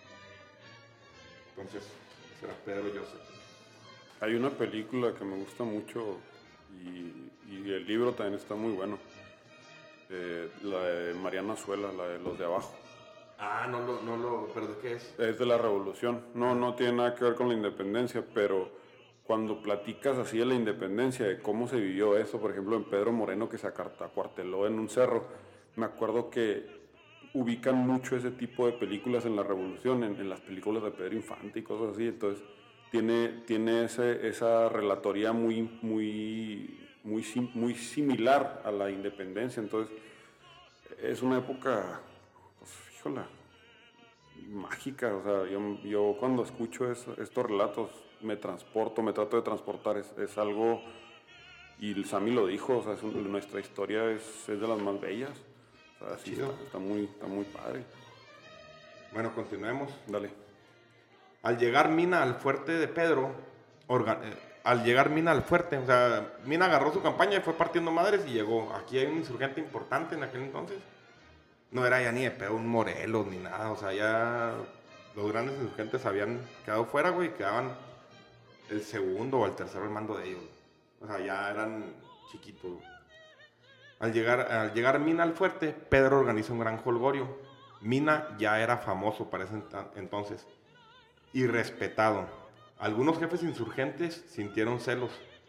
Entonces, ese era Pedro Joseph. Hay una película que me gusta mucho y, y el libro también está muy bueno. Eh, la de Mariana Suela, la de Los de Abajo. Ah, no lo, no lo, ¿pero de qué es? Es de la revolución. No, no tiene nada que ver con la independencia, pero cuando platicas así de la independencia, de cómo se vivió eso, por ejemplo, en Pedro Moreno, que se acuarteló en un cerro, me acuerdo que ubican mucho ese tipo de películas en la revolución, en, en las películas de Pedro Infante y cosas así. Entonces, tiene, tiene ese, esa relatoría muy, muy, muy, muy similar a la independencia. Entonces, es una época... híjola, mágica. O sea, yo, yo cuando escucho eso, estos relatos me transporto, me trato de transportar, es, es algo, y el Sammy lo dijo, o sea, es un, nuestra historia es, es de las más bellas. O sea, sí, está, está, muy, está muy padre. Bueno, continuemos. Dale. Al llegar Mina al fuerte de Pedro, organ, eh, al llegar Mina al fuerte, o sea, Mina agarró su campaña y fue partiendo madres y llegó. Aquí hay un insurgente importante en aquel entonces. No era ya ni de pedo un Morelos ni nada, o sea, ya los grandes insurgentes habían quedado fuera, güey, quedaban el segundo o el tercero al mando de ellos. O sea, ya eran chiquitos. Al llegar, al llegar Mina al fuerte, Pedro organiza un gran jolgorio. Mina ya era famoso para ese entonces y respetado. Algunos jefes insurgentes sintieron celos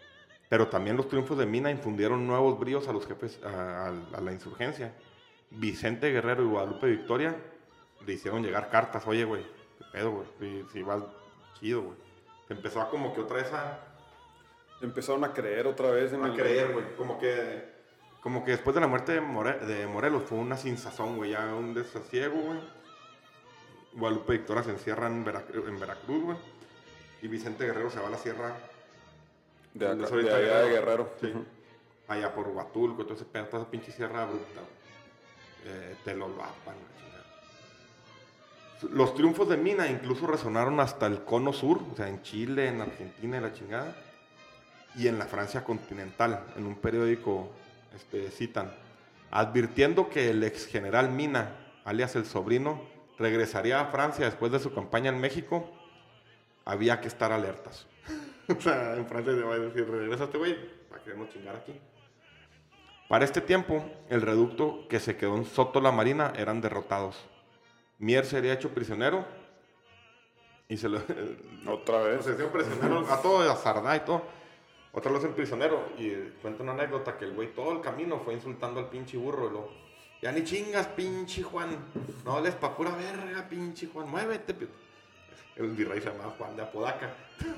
Pero también los triunfos de Mina infundieron nuevos bríos a los jefes, a, a, a la insurgencia. Vicente Guerrero y Guadalupe Victoria le hicieron llegar cartas. Oye, güey, qué pedo, güey, si, si vas chido, güey. Empezó a como que otra vez a... Empezaron a creer otra vez en a el... creer, güey, como que... Como que después de la muerte de, More, de Morelos fue una sinsazón, güey, ya un desasiego, güey. Guadalupe Victoria se encierra en, Vera, en Veracruz, güey. Y Vicente Guerrero se va a la sierra... De, acá, de allá Guerrero. de Guerrero. Sí. Uh-huh. Allá por Huatulco, entonces toda esa pinche sierra abrupta, eh, Telolapan, la chingada. Los triunfos de Mina incluso resonaron hasta el cono sur, o sea, en Chile, en Argentina y la chingada. Y en la Francia continental, en un periódico este, citan, advirtiendo que el ex general Mina, alias el sobrino, regresaría a Francia después de su campaña en México, había que estar alertas. O sea, en Francia se va a decir, regresa este güey, para querernos chingar aquí. Para este tiempo, el reducto que se quedó en Soto la Marina eran derrotados. Mier sería hecho prisionero y se lo... Otra vez. Se hicieron prisionero a todo, a Sardá y todo. Otra vez el prisionero. Y cuenta una anécdota que el güey todo el camino fue insultando al pinche burro. Y lo, ya ni chingas, pinche Juan. No les pa' pura verga, pinche Juan. Muévete, pito. El virrey se llamaba Juan de Apodaca.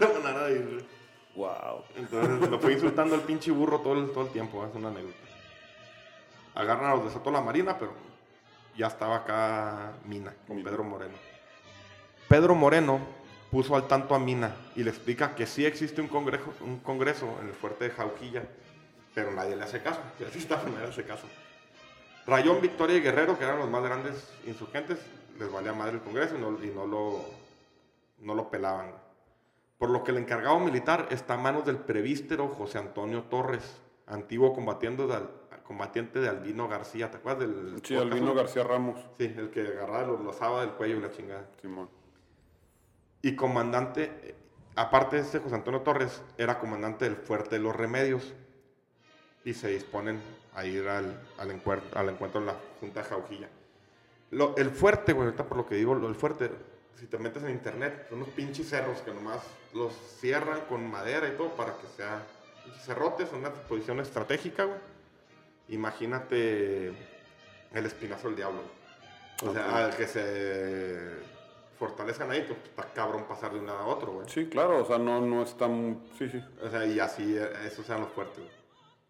Wow. Entonces lo fue insultando al pinche burro todo el, todo el tiempo. Es una anécdota. Agarran a los de Soto la Marina, pero ya estaba acá Mina, con Pedro Moreno. Pedro Moreno puso al tanto a Mina y le explica que sí existe un congreso, un congreso en el fuerte de Jauquilla, pero nadie le hace caso. Y así está, nadie le hace caso. Rayón, Victoria y Guerrero, que eran los más grandes insurgentes, les valía madre el congreso y no, y no lo... no lo pelaban. Por lo que el encargado militar está a manos del prevístero José Antonio Torres, antiguo combatiente de, combatiente de Albino García. ¿Te acuerdas del...? Sí, Albino García Ramos. Sí, el que agarraba, lo lazaba del cuello y la chingada. Simón. Y comandante, aparte de este José Antonio Torres, era comandante del Fuerte de los Remedios. Y se disponen a ir al, al, encuentro, al encuentro de la Junta de Jauquilla. Lo, el fuerte, güey, ahorita por lo que digo, lo, el fuerte... Si te metes en internet, son unos pinches cerros que nomás los cierran con madera y todo para que sea cerrotes, son una posición estratégica, güey. Imagínate el espinazo del diablo. O okay. sea, al que se fortalezcan ahí, pues está cabrón pasar de un lado a otro, güey. Sí, claro, o sea, no, no es tan... Sí, sí. O sea, y así, esos sean los fuertes, güey.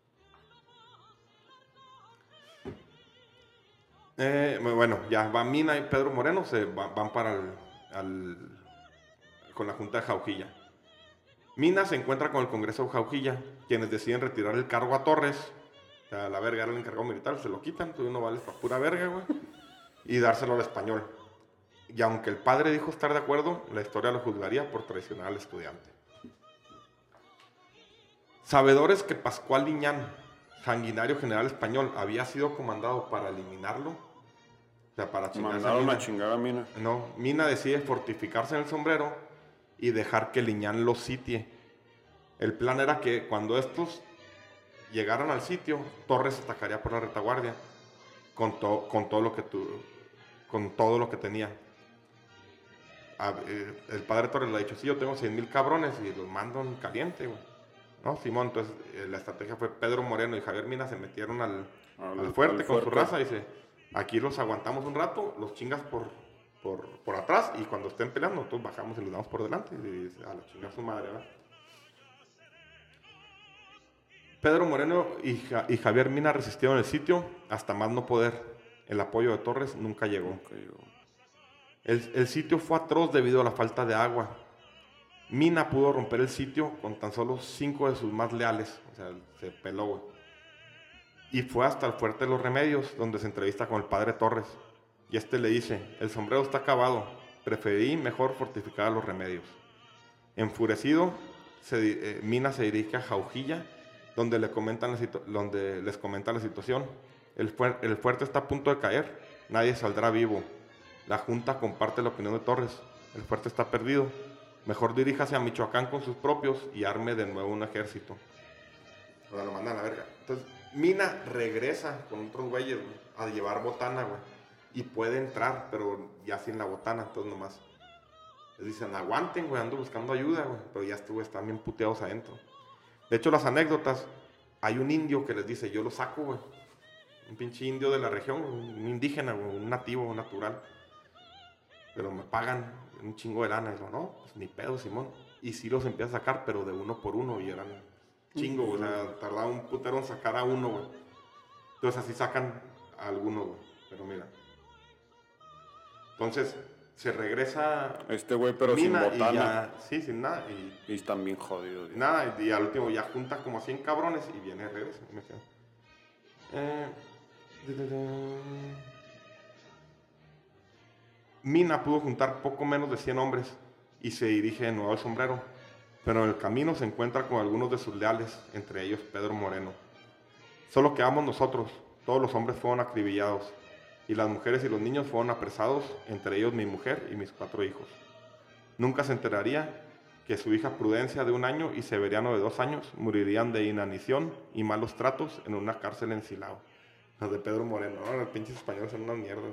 Eh, bueno, ya va Mina y Pedro Moreno, se va, van para el... Al, con la Junta de Jauquilla. Mina se encuentra con el Congreso de Jauquilla, quienes deciden retirar el cargo a Torres. O sea, la verga era el encargado militar, se lo quitan, tú no vales para pura verga, güey. Y dárselo al español. Y aunque el padre dijo estar de acuerdo, la historia lo juzgaría por traicionar al estudiante. Sabedores que Pascual Liñán, sanguinario general español, había sido comandado para eliminarlo. O sea, para mandaron a chingar a Mina. No, Mina decide fortificarse en el Sombrero y dejar que Liñán lo sitie. El plan era que cuando estos llegaran al sitio, Torres atacaría por la retaguardia con, to, con, todo, lo que tu, con todo lo que tenía. A, eh, el padre Torres le ha dicho, sí, yo tengo cien mil cabrones y los mando en caliente, güey. No, Simón, entonces eh, la estrategia fue Pedro Moreno y Javier Mina se metieron al, al, al, fuerte, al fuerte con su raza y dice... Aquí los aguantamos un rato, los chingas por, por, por atrás y cuando estén peleando nosotros bajamos y los damos por delante y a la chingada su madre, ¿verdad? Pedro Moreno y, ja, y Javier Mina resistieron el sitio hasta más no poder. El apoyo de Torres nunca llegó. Nunca llegó. El, el sitio fue atroz debido a la falta de agua. Mina pudo romper el sitio con tan solo cinco de sus más leales. O sea, se peló, güey. Y fue hasta el Fuerte de los Remedios, donde se entrevista con el padre Torres. Y este le dice, el sombrero está acabado, preferí mejor fortificar a los Remedios. Enfurecido, se, eh, Mina se dirige a Jauquilla, donde, le comentan la situ- donde les comenta la situación. El, fuer- el fuerte está a punto de caer, nadie saldrá vivo. La Junta comparte la opinión de Torres, el fuerte está perdido. Mejor diríjase a Michoacán con sus propios y arme de nuevo un ejército. O sea, lo mandan a la verga. Entonces, Mina regresa con otros güeyes, güey, a llevar botana, güey. Y puede entrar, pero ya sin la botana, entonces nomás. Les dicen, aguanten, güey, ando buscando ayuda, güey. Pero ya estuve, están bien puteados adentro. De hecho, las anécdotas, hay un indio que les dice, yo lo saco, güey. Un pinche indio de la región, un indígena, güey, un nativo, un natural. Pero me pagan un chingo de lana. Y digo, no, pues ni pedo, Simón. Y sí los empieza a sacar, pero de uno por uno. Y eran chingo, güey. O sea, tardaba un putero en sacar a uno, güey. Entonces así sacan a alguno, güey. Pero mira. Entonces, se regresa Este güey, pero Mina sin botana. y ya, sí, sin nada. Y, Y están bien jodidos. y nada, y al último ya junta como a cien cabrones y viene de regreso. Y me quedo. Eh, de, de, de. Mina pudo juntar poco menos de cien hombres y se dirige de nuevo al sombrero, pero en el camino se encuentra con algunos de sus leales, entre ellos Pedro Moreno. Solo quedamos nosotros, todos los hombres fueron acribillados, y las mujeres y los niños fueron apresados, entre ellos mi mujer y mis cuatro hijos. Nunca se enteraría que su hija Prudencia de un año y Severiano de dos años morirían de inanición y malos tratos en una cárcel en Silao. Los de Pedro Moreno, ¿no? Los pinches españoles son unas mierdas.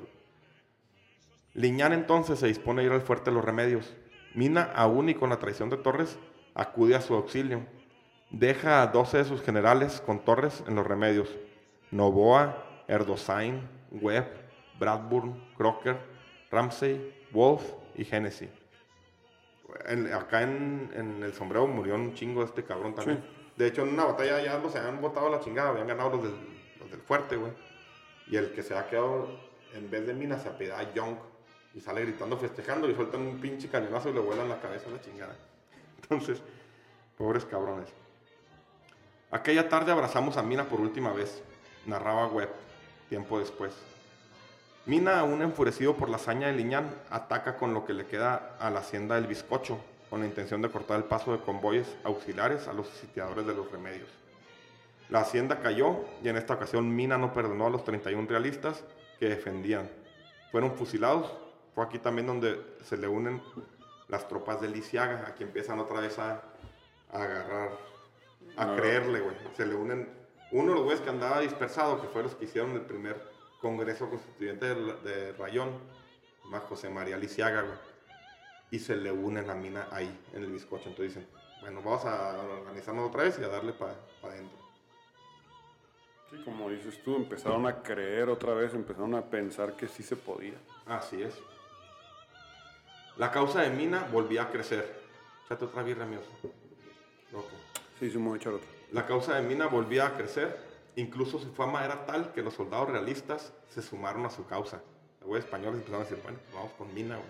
Liñán entonces se dispone a ir al fuerte de los Remedios. Mina, aún y con la traición de Torres, acude a su auxilio. Deja a doce de sus generales con Torres en los Remedios: Novoa, Erdosain, Webb, Bradburn, Crocker, Ramsey, Wolf y Hennessy. En, acá en, en el sombrero murió un chingo de este cabrón también. Sí. De hecho, en una batalla ya los habían botado a la chingada, habían ganado los del, los del fuerte, güey. Y el que se ha quedado, en vez de Mina, se apellida Young. Y sale gritando, festejando, y sueltan un pinche cañonazo y le vuelan la cabeza a la chingada. Entonces, pobres cabrones. Aquella tarde abrazamos a Mina por última vez, narraba Webb, tiempo después. Mina, aún enfurecido por la hazaña de Liñán, ataca con lo que le queda a la hacienda del Bizcocho, con la intención de cortar el paso de convoyes auxiliares a los sitiadores de los Remedios. La hacienda cayó, y en esta ocasión Mina no perdonó a los treinta y uno realistas que defendían. Fueron fusilados. Fue aquí también donde se le unen las tropas de Lisiaga. Aquí empiezan otra vez a, a agarrar, a no. creerle, güey. Se le unen uno de los güeyes que andaba dispersado, que fue los que hicieron el primer congreso constituyente de, de Rayón, más José María Lisiaga, güey. Y se le unen a Mina ahí, en el Bizcocho. Entonces dicen, bueno, vamos a organizarnos otra vez y a darle para pa adentro. Sí, como dices tú, empezaron a creer otra vez, empezaron a pensar que sí se podía. Así es. La causa de Mina volvía a crecer. Échate otra birra, mío. Okay. Sí, sí, me voy a echar otra. La causa de Mina volvía a crecer. Incluso su fama era tal que los soldados realistas se sumaron a su causa. Los güeyes españoles empezaron a decir, bueno, pues vamos con Mina, güey.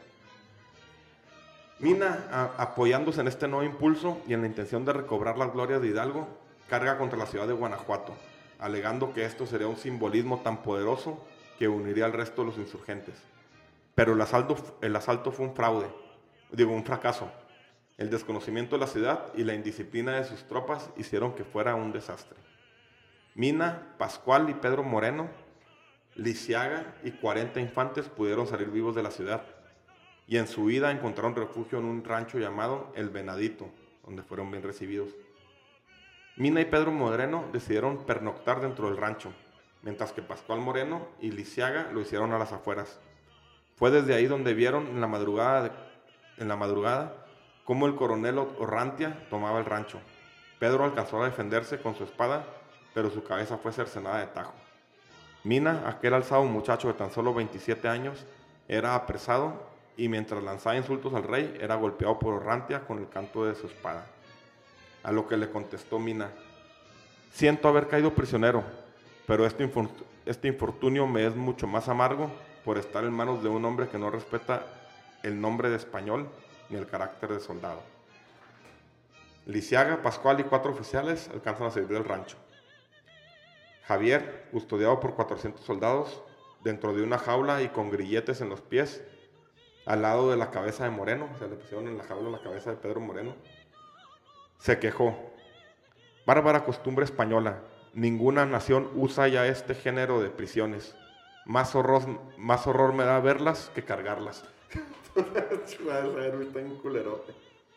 Mina, a, apoyándose en este nuevo impulso y en la intención de recobrar las glorias de Hidalgo, carga contra la ciudad de Guanajuato, alegando que esto sería un simbolismo tan poderoso que uniría al resto de los insurgentes. Pero el asalto, el asalto fue un fraude, digo, un fracaso. El desconocimiento de la ciudad y la indisciplina de sus tropas hicieron que fuera un desastre. Mina, Pascual y Pedro Moreno, Lisiaga y cuarenta infantes pudieron salir vivos de la ciudad, y en su huida encontraron refugio en un rancho llamado El Venadito, donde fueron bien recibidos. Mina y Pedro Moreno decidieron pernoctar dentro del rancho, mientras que Pascual Moreno y Lisiaga lo hicieron a las afueras. Fue desde ahí donde vieron en la madrugada, de, en la madrugada cómo el coronel Orrantia tomaba el rancho. Pedro alcanzó a defenderse con su espada, pero su cabeza fue cercenada de tajo. Mina, aquel alzado muchacho de tan solo veintisiete años, era apresado y mientras lanzaba insultos al rey, era golpeado por Orrantia con el canto de su espada. A lo que le contestó Mina: siento haber caído prisionero, pero este, infortun- este infortunio me es mucho más amargo por estar en manos de un hombre que no respeta el nombre de español ni el carácter de soldado. Lisiaga, Pascual y cuatro oficiales alcanzan a salir del rancho. Javier, custodiado por cuatrocientos soldados, dentro de una jaula y con grilletes en los pies, al lado de la cabeza de Moreno, o sea, le pusieron en la jaula la cabeza de Pedro Moreno, se quejó: bárbara costumbre española, ninguna nación usa ya este género de prisiones. Más horror, más horror me da verlas que cargarlas. Está en culerote.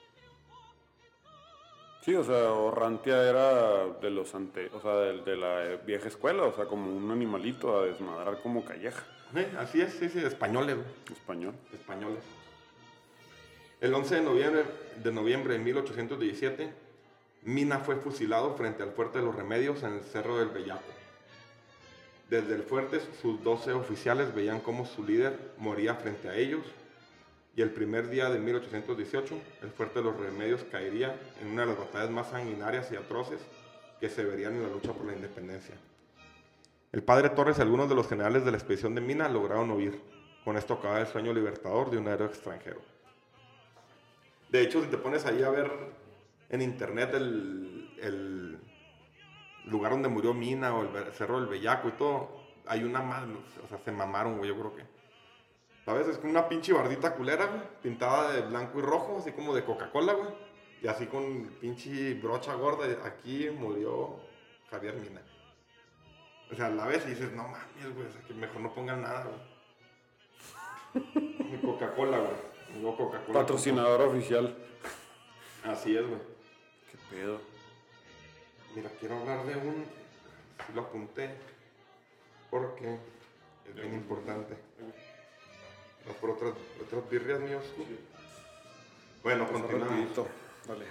Sí, o sea, Orrantia era de los ante, o sea, de, de la vieja escuela, o sea, como un animalito a desmadrar como calleja. Sí, así es, sí, sí, españoles. Español. Españoles. El once de noviembre de, noviembre de mil ochocientos diecisiete, Mina fue fusilado frente al fuerte de los Remedios en el Cerro del Bellaco. Desde el fuerte, sus doce oficiales veían cómo su líder moría frente a ellos, y el primer día de mil ochocientos dieciocho, el fuerte de los Remedios caería en una de las batallas más sanguinarias y atroces que se verían en la lucha por la independencia. El padre Torres y algunos de los generales de la expedición de Mina lograron huir. Con esto acaba el sueño libertador de un héroe extranjero. De hecho, si te pones ahí a ver en internet el, el lugar donde murió Mina o el Cerro del Bellaco y todo, hay una más, o sea, se mamaron, güey, yo creo que. ¿Sabes? Es como una pinche bardita culera, güey, pintada de blanco y rojo, así como de Coca-Cola, güey. Y así con pinche brocha gorda, aquí murió Javier Mina. O sea, la ves y dices, no mames, güey, o sea, que mejor no pongan nada, güey. Coca-Cola, güey. No, Coca-Cola. Patrocinador Coca-Cola oficial. Así es, güey. Qué pedo. Mira, quiero hablar de un... Si lo apunté, porque es bien importante. No por otras, otras birrias míos. Sí. Bueno, pues continuamos. Dale.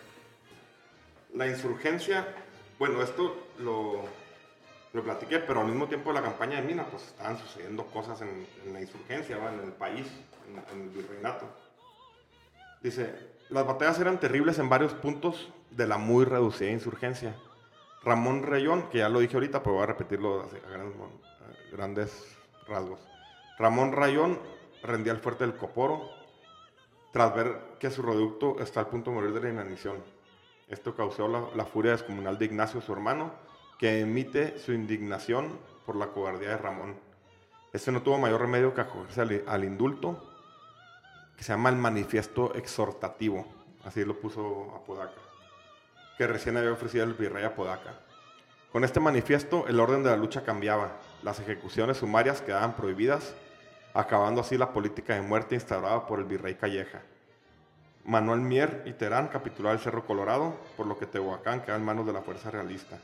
La insurgencia, bueno, esto lo, lo platiqué, pero al mismo tiempo de la campaña de Mina, pues estaban sucediendo cosas en, en la insurgencia, ¿va? En el país, en, en el virreinato. Dice, las batallas eran terribles en varios puntos de la muy reducida insurgencia. Ramón Rayón, que ya lo dije ahorita, pero voy a repetirlo a grandes, a grandes rasgos. Ramón Rayón rendía el fuerte del Coporo tras ver que su reducto está al punto de morir de la inanición. Esto causó la, la furia descomunal de Ignacio, su hermano, que emite su indignación por la cobardía de Ramón. Este no tuvo mayor remedio que acogerse al, al indulto, que se llama el Manifiesto Exhortativo, así lo puso Apodaca, que recién había ofrecido el virrey Apodaca. Con este manifiesto, el orden de la lucha cambiaba, las ejecuciones sumarias quedaban prohibidas, acabando así la política de muerte instaurada por el virrey Calleja. Manuel Mier y Terán capitularon el Cerro Colorado, por lo que Tehuacán quedó en manos de la fuerza realista.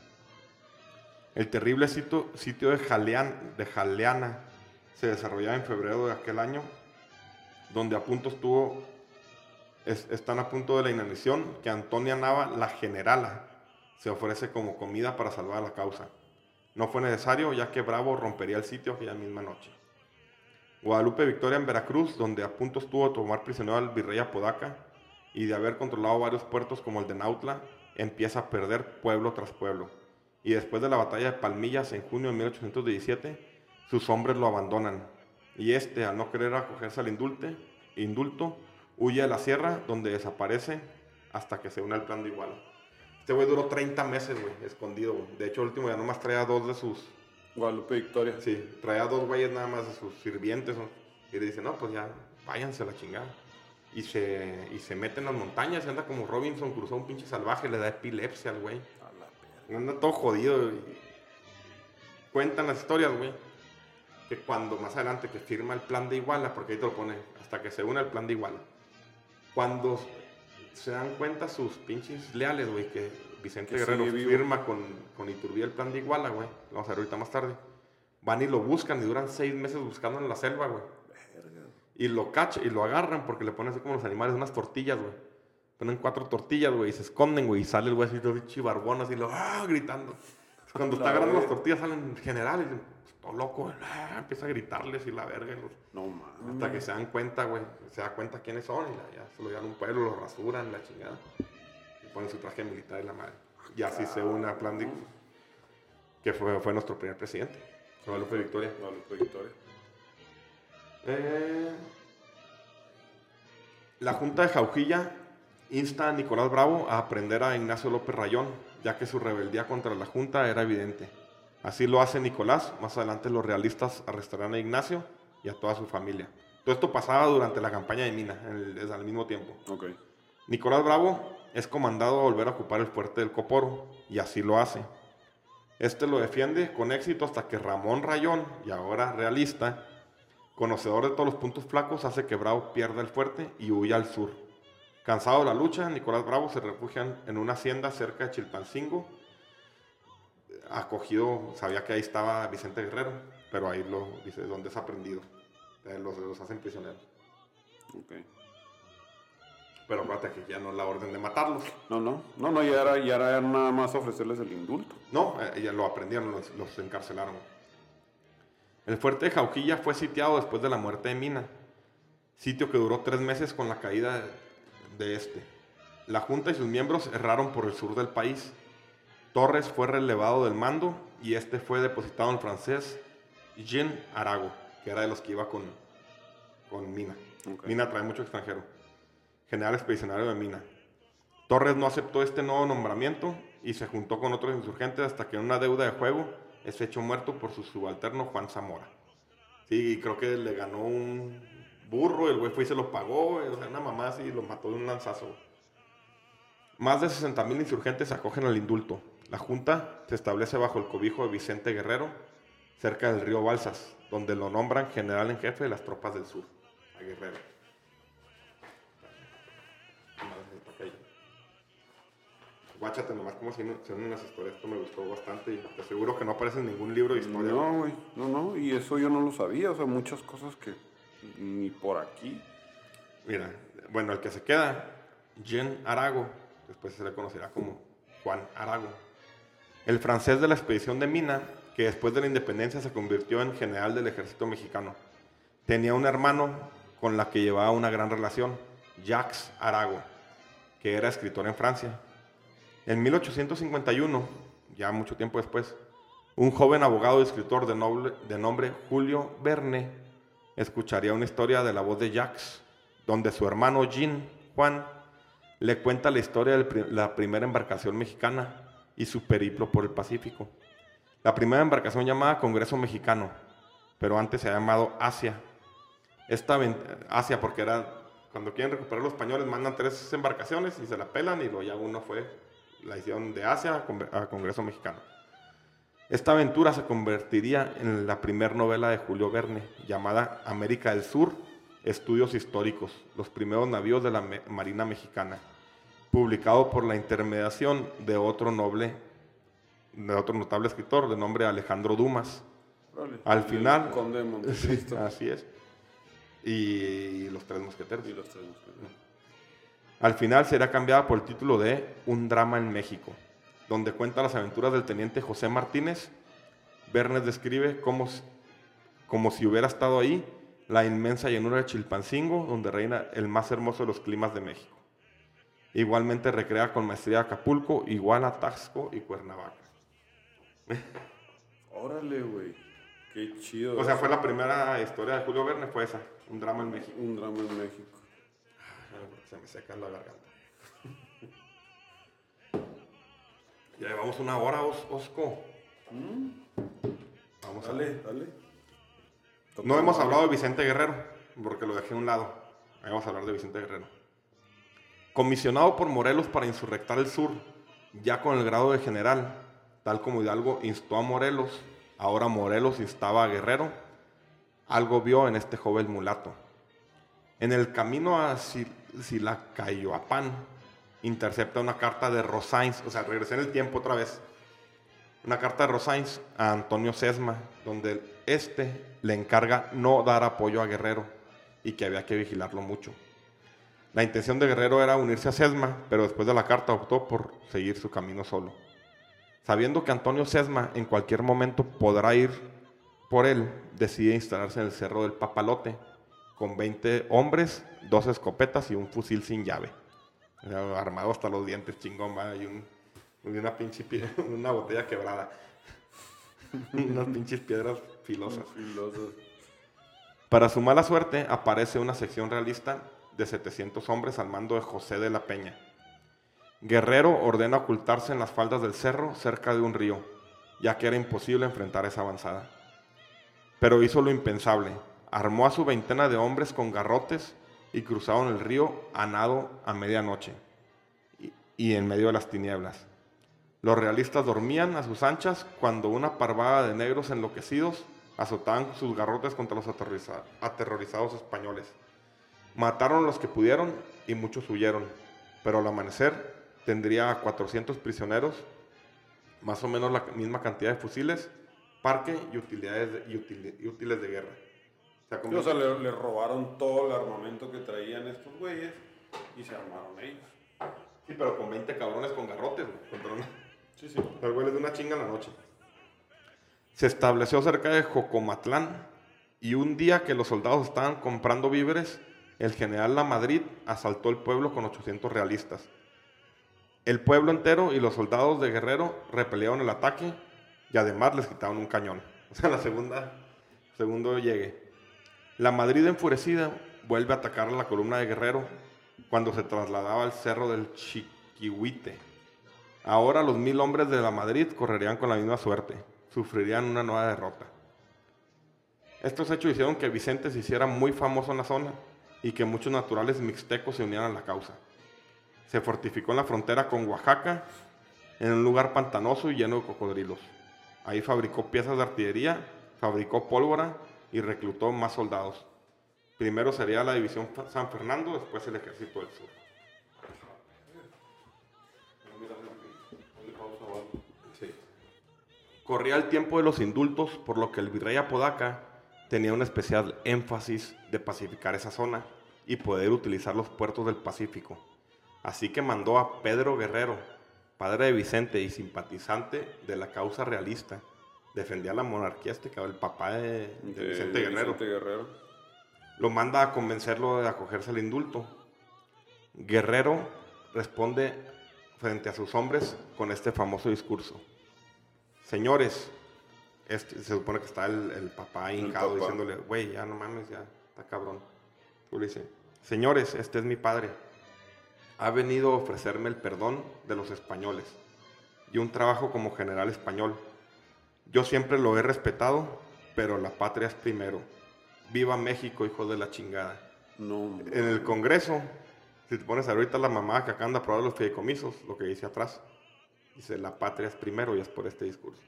El terrible sitio, sitio de, Jalean, de Jaleana se desarrollaba en febrero de aquel año, donde a punto estuvo, es, están a punto de la inanición, que Antonia Nava, la generala, se ofrece como comida para salvar la causa. No fue necesario, ya que Bravo rompería el sitio aquella misma noche. Guadalupe Victoria en Veracruz, donde a punto estuvo de tomar prisionero al virrey Apodaca y de haber controlado varios puertos como el de Nautla, empieza a perder pueblo tras pueblo. Y después de la batalla de Palmillas en junio de mil ochocientos diecisiete, sus hombres lo abandonan. Y este, al no querer acogerse al indulte, indulto, huye a la sierra, donde desaparece hasta que se une al plan de Iguala. Este güey duró treinta meses, güey, escondido, güey. De hecho, el último ya nomás traía dos de sus... Guadalupe Victoria. Sí, traía dos güeyes nada más de sus sirvientes, ¿no? Y le dice, no, pues ya, váyanse a la chingada. Y se, y se mete en las montañas, anda como Robinson, cruzó un pinche salvaje, le da epilepsia al güey. A la perra. Anda todo jodido. Y cuentan las historias, güey, que cuando más adelante que firma el plan de Iguala, porque ahí te lo pone, hasta que se une al plan de Iguala, cuando se dan cuenta sus pinches leales, güey, que Vicente que Guerrero firma con, con Iturbide el plan de Iguala, güey, lo vamos a ver ahorita más tarde, van y lo buscan y duran seis meses buscando en la selva, güey. Y lo cachan y lo agarran porque le ponen así como los animales unas tortillas, güey. Ponen cuatro tortillas, güey, y se esconden, güey, y sale el güey así todo chibarbón, así, lo, ¡ah! Gritando. Cuando está agarrando las tortillas salen generales, pues, todo loco, ¡ah! Empieza a gritarles y la verga. Los, no mames. Hasta que se dan cuenta, güey, se da cuenta quiénes son y la, ya se lo llevan a un pueblo, lo rasuran, la chingada. Y ponen su traje militar y la madre. Y así se une a Plan de... que fue, fue nuestro primer presidente, Guadalupe Victoria. Guadalupe Victoria. Eh, la Junta de Jaujilla insta a Nicolás Bravo a aprender a Ignacio López Rayón, ya que su rebeldía contra la Junta era evidente. Así lo hace Nicolás. Más adelante los realistas arrestarán a Ignacio y a toda su familia. Todo esto pasaba durante la campaña de Mina, el, es al mismo tiempo. Okay. Nicolás Bravo es comandado a volver a ocupar el fuerte del Coporo, y así lo hace. Este lo defiende con éxito hasta que Ramón Rayón, y ahora realista, conocedor de todos los puntos flacos, hace que Bravo pierda el fuerte y huya al sur. Cansado de la lucha, Nicolás Bravo se refugia en una hacienda cerca de Chilpancingo. Acogido, sabía que ahí estaba Vicente Guerrero, pero ahí lo dice, donde es aprendido. Los, los hacen prisioneros. Okay. Pero acuérdate que ya no es la orden de matarlos. No, no, no, no, ya era, ya era nada más ofrecerles el indulto. No, eh, ya lo aprendieron, los, los encarcelaron. El fuerte de Jauquilla fue sitiado después de la muerte de Mina, sitio que duró tres meses con la caída de este. La Junta y sus miembros erraron por el sur del país. Torres fue relevado del mando y este fue depositado en el francés Jean Arago, que era de los que iba con, con Mina. Okay. Mina trae mucho extranjero. General expedicionario de Mina. Torres no aceptó este nuevo nombramiento y se juntó con otros insurgentes hasta que en una deuda de juego es hecho muerto por su subalterno Juan Zamora. Sí, creo que le ganó un burro, el güey fue y se lo pagó, o sea, una mamá así, lo mató de un lanzazo. Más de sesenta mil insurgentes se acogen al indulto. La Junta se establece bajo el cobijo de Vicente Guerrero, cerca del río Balsas, donde lo nombran general en jefe de las tropas del sur, a Guerrero. Guáchate nomás cómo se unen las historias, esto me gustó bastante y te aseguro que no aparece en ningún libro de historia. No, güey, no, no, y eso yo no lo sabía, o sea, muchas cosas que ni por aquí. Mira, bueno, el que se queda, Jean Arago, después se le conocerá como Juan Arago. El francés de la expedición de Mina, que después de la independencia se convirtió en general del ejército mexicano. Tenía un hermano con la que llevaba una gran relación, Jacques Arago, que era escritor en Francia. En mil ochocientos cincuenta y uno, ya mucho tiempo después, un joven abogado y escritor de, noble, de nombre Julio Verne escucharía una historia de la voz de Jacques, donde su hermano Jean, Juan, le cuenta la historia de la primera embarcación mexicana y su periplo por el Pacífico. La primera embarcación llamada Congreso Mexicano, pero antes se ha llamado Asia. Esta Asia porque era, cuando quieren recuperar los españoles, mandan tres embarcaciones y se la pelan y luego ya uno fue, la hicieron de Asia a Congreso Mexicano. Esta aventura se convertiría en la primera novela de Julio Verne, llamada América del Sur, Estudios Históricos, los primeros navíos de la Marina Mexicana, publicado por la intermediación de otro noble, de otro notable escritor de nombre Alejandro Dumas. Vale. Al final, el Conde de Montecristo. Así es, y los tres mosqueteros. Y los tres mosqueteros. Al final será cambiada por el título de Un drama en México, donde cuenta las aventuras del teniente José Martínez. Verne describe como, como si hubiera estado ahí la inmensa llanura de Chilpancingo, donde reina el más hermoso de los climas de México. Igualmente recrea con maestría Acapulco, Iguala, Taxco y Cuernavaca. Órale, güey. Qué chido. O sea, fue la primera historia de Julio Verne, fue esa, Un drama en México. Un drama en México. Se me seca la garganta. Ya llevamos una hora, Os Osco. ¿Mm? Vamos dale, a... dale. No hemos hablado de Vicente Guerrero, porque lo dejé a un lado. Ahí vamos a hablar de Vicente Guerrero. Comisionado por Morelos para insurrectar el sur, ya con el grado de general, tal como Hidalgo instó a Morelos, ahora Morelos instaba a Guerrero, algo vio en este joven mulato. En el camino a Silacayoapán, intercepta una carta de Rosáins, o sea, regresé en el tiempo otra vez, una carta de Rosáins a Antonio Sesma, donde este le encarga no dar apoyo a Guerrero y que había que vigilarlo mucho. La intención de Guerrero era unirse a Sesma, pero después de la carta optó por seguir su camino solo. Sabiendo que Antonio Sesma en cualquier momento podrá ir por él, decide instalarse en el Cerro del Papalote, con veinte hombres, dos escopetas y un fusil sin llave. O sea, armado hasta los dientes, chingón, ¿va? Y un, una pinche pie, una botella quebrada. Unas pinches piedras filosas. Filosas. Para su mala suerte, aparece una sección realista de setecientos hombres al mando de José de la Peña. Guerrero ordena ocultarse en las faldas del cerro cerca de un río, ya que era imposible enfrentar esa avanzada. Pero hizo lo impensable. Armó a su veintena de hombres con garrotes y cruzaron el río a nado a medianoche y, y en medio de las tinieblas. Los realistas dormían a sus anchas cuando una parvada de negros enloquecidos azotaban sus garrotes contra los aterroriza- aterrorizados españoles. Mataron a los que pudieron y muchos huyeron, pero al amanecer tendría a cuatrocientos prisioneros, más o menos la misma cantidad de fusiles, parque y utilidades de, y util, y útiles de guerra. O sea, o sea le, le robaron todo el armamento que traían estos güeyes y se armaron ellos. Sí, pero con veinte cabrones con garrotes, güey. Contra una... Sí, sí. Los güeyes de una chinga en la noche. Se estableció cerca de Jocomatlán y un día que los soldados estaban comprando víveres, el general Lamadrid asaltó el pueblo con ochocientos realistas. El pueblo entero y los soldados de Guerrero repelieron el ataque y además les quitaron un cañón. O sea, la segunda, segundo llegue. Lamadrid, enfurecida, vuelve a atacar a la columna de Guerrero cuando se trasladaba al cerro del Chiquihuite. Ahora los mil hombres de Lamadrid correrían con la misma suerte, sufrirían una nueva derrota. Estos hechos hicieron que Vicente se hiciera muy famoso en la zona y que muchos naturales mixtecos se unieran a la causa. Se fortificó en la frontera con Oaxaca, en un lugar pantanoso y lleno de cocodrilos. Ahí fabricó piezas de artillería, fabricó pólvora y reclutó más soldados. Primero sería la división San Fernando, después el ejército del sur. Sí. Corría el tiempo de los indultos, por lo que el virrey Apodaca tenía un especial énfasis de pacificar esa zona y poder utilizar los puertos del Pacífico. Así que mandó a Pedro Guerrero, padre de Vicente y simpatizante de la causa realista, defendía la monarquía este cabrón, el papá de, de, de Vicente Guerrero. Vicente Guerrero. Lo manda a convencerlo de acogerse al indulto. Guerrero responde frente a sus hombres con este famoso discurso. Señores, este, se supone que está el, el papá hincado el papá. Diciéndole, güey, ya no mames, ya está cabrón. Tú le dices, señores, este es mi padre. Ha venido a ofrecerme el perdón de los españoles y un trabajo como general español. Yo siempre lo he respetado, pero la patria es primero. Viva México, hijo de la chingada. No. En el Congreso, si te pones ahorita la mamá que acá anda a probar los fideicomisos, lo que dice atrás, dice la patria es primero y es por este discurso.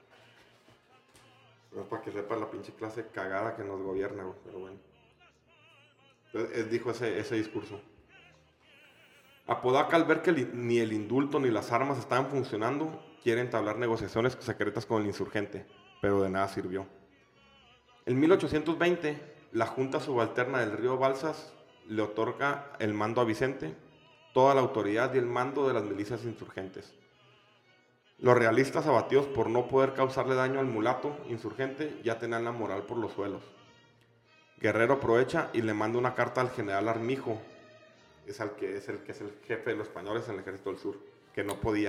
No es para que sepa la pinche clase cagada que nos gobierna, güey, pero bueno. Entonces, él dijo ese, ese discurso. Apodaca, al ver que ni el indulto ni las armas estaban funcionando, quiere entablar negociaciones secretas con el insurgente, pero de nada sirvió. En mil ochocientos veinte, la Junta Subalterna del Río Balsas le otorga el mando a Vicente, toda la autoridad y el mando de las milicias insurgentes. Los realistas, abatidos por no poder causarle daño al mulato insurgente, ya tenían la moral por los suelos. Guerrero aprovecha y le manda una carta al general Armijo, es el que es el, que es el jefe de los españoles en el ejército del sur, que no podía.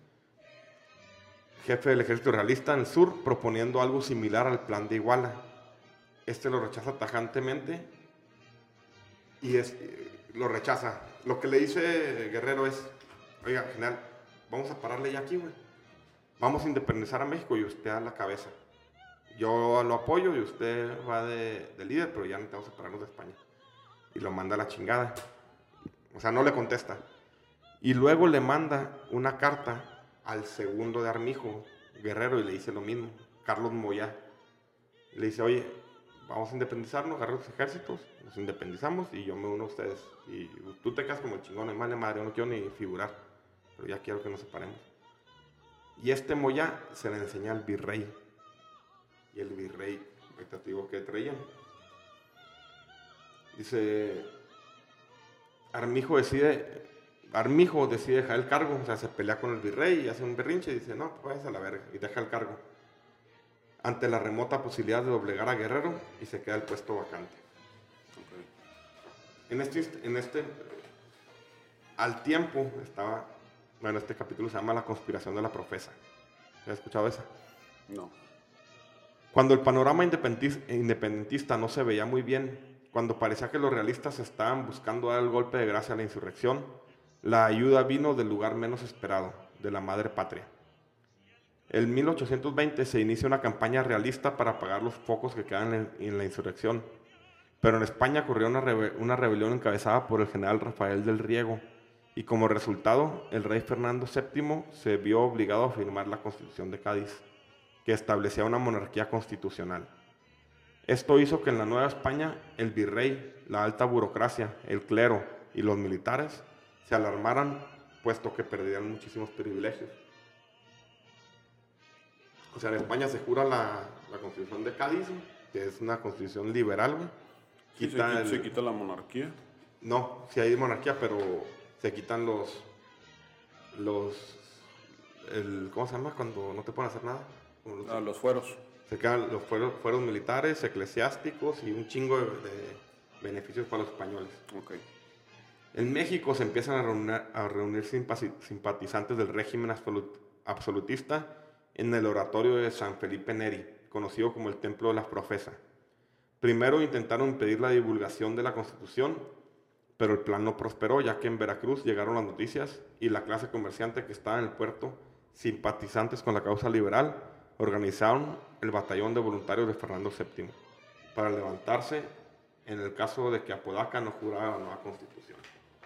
Jefe del ejército realista en el sur, proponiendo algo similar al plan de Iguala. Este lo rechaza tajantemente y es, lo rechaza. Lo que le dice Guerrero es, oiga, general, vamos a pararle ya aquí, güey. Vamos a independizar a México y usted a la cabeza. Yo lo apoyo y usted va de, de líder, pero ya no tenemos que separarnos de España. Y lo manda a la chingada. O sea, no le contesta. Y luego le manda una carta al segundo de Armijo, Guerrero, y le dice lo mismo, Carlos Moyá. Le dice, oye, vamos a independizarnos, agarrar los ejércitos, nos independizamos y yo me uno a ustedes. Y tú te quedas como el chingón, madre, madre, yo no quiero ni figurar, pero ya quiero que nos separemos. Y este Moyá se le enseña al virrey. Y el virrey, expectativo que traían. Dice, Armijo decide, Armijo decide dejar el cargo, o sea, se pelea con el virrey y hace un berrinche y dice, no, pues váyase a la verga, y deja el cargo. Ante la remota posibilidad de doblegar a Guerrero y se queda el puesto vacante. Okay. En este, en este, al tiempo estaba, bueno, este capítulo se llama La conspiración de la profesa. ¿Has escuchado esa? No. Cuando el panorama independentista no se veía muy bien, cuando parecía que los realistas estaban buscando dar el golpe de gracia a la insurrección, la ayuda vino del lugar menos esperado, de la madre patria. En mil ochocientos veinte se inicia una campaña realista para apagar los focos que quedan en, en la insurrección, pero en España ocurrió una, rebe- una rebelión encabezada por el general Rafael del Riego, y como resultado, el rey Fernando séptimo se vio obligado a firmar la Constitución de Cádiz, que establecía una monarquía constitucional. Esto hizo que en la Nueva España el virrey, la alta burocracia, el clero y los militares se alarmaran, puesto que perdían muchísimos privilegios. O sea, en España se jura la, la Constitución de Cádiz, que es una constitución liberal, güey. Sí, Quita se, el, se quita la monarquía. No, sí hay monarquía, pero se quitan los... los el, ¿Cómo se llama? Cuando no te pueden hacer nada. Los, ah, los fueros. Se quedan los fueros, fueros militares, eclesiásticos y un chingo de, de beneficios para los españoles. Okay. En México se empiezan a reunir, a reunir simpatizantes del régimen absolut, absolutista en el oratorio de San Felipe Neri, conocido como el Templo de la Profesa. Primero intentaron impedir la divulgación de la Constitución, pero el plan no prosperó, ya que en Veracruz llegaron las noticias y la clase comerciante que estaba en el puerto, simpatizantes con la causa liberal, organizaron el batallón de voluntarios de Fernando séptimo para levantarse en el caso de que Apodaca no jurara la nueva Constitución.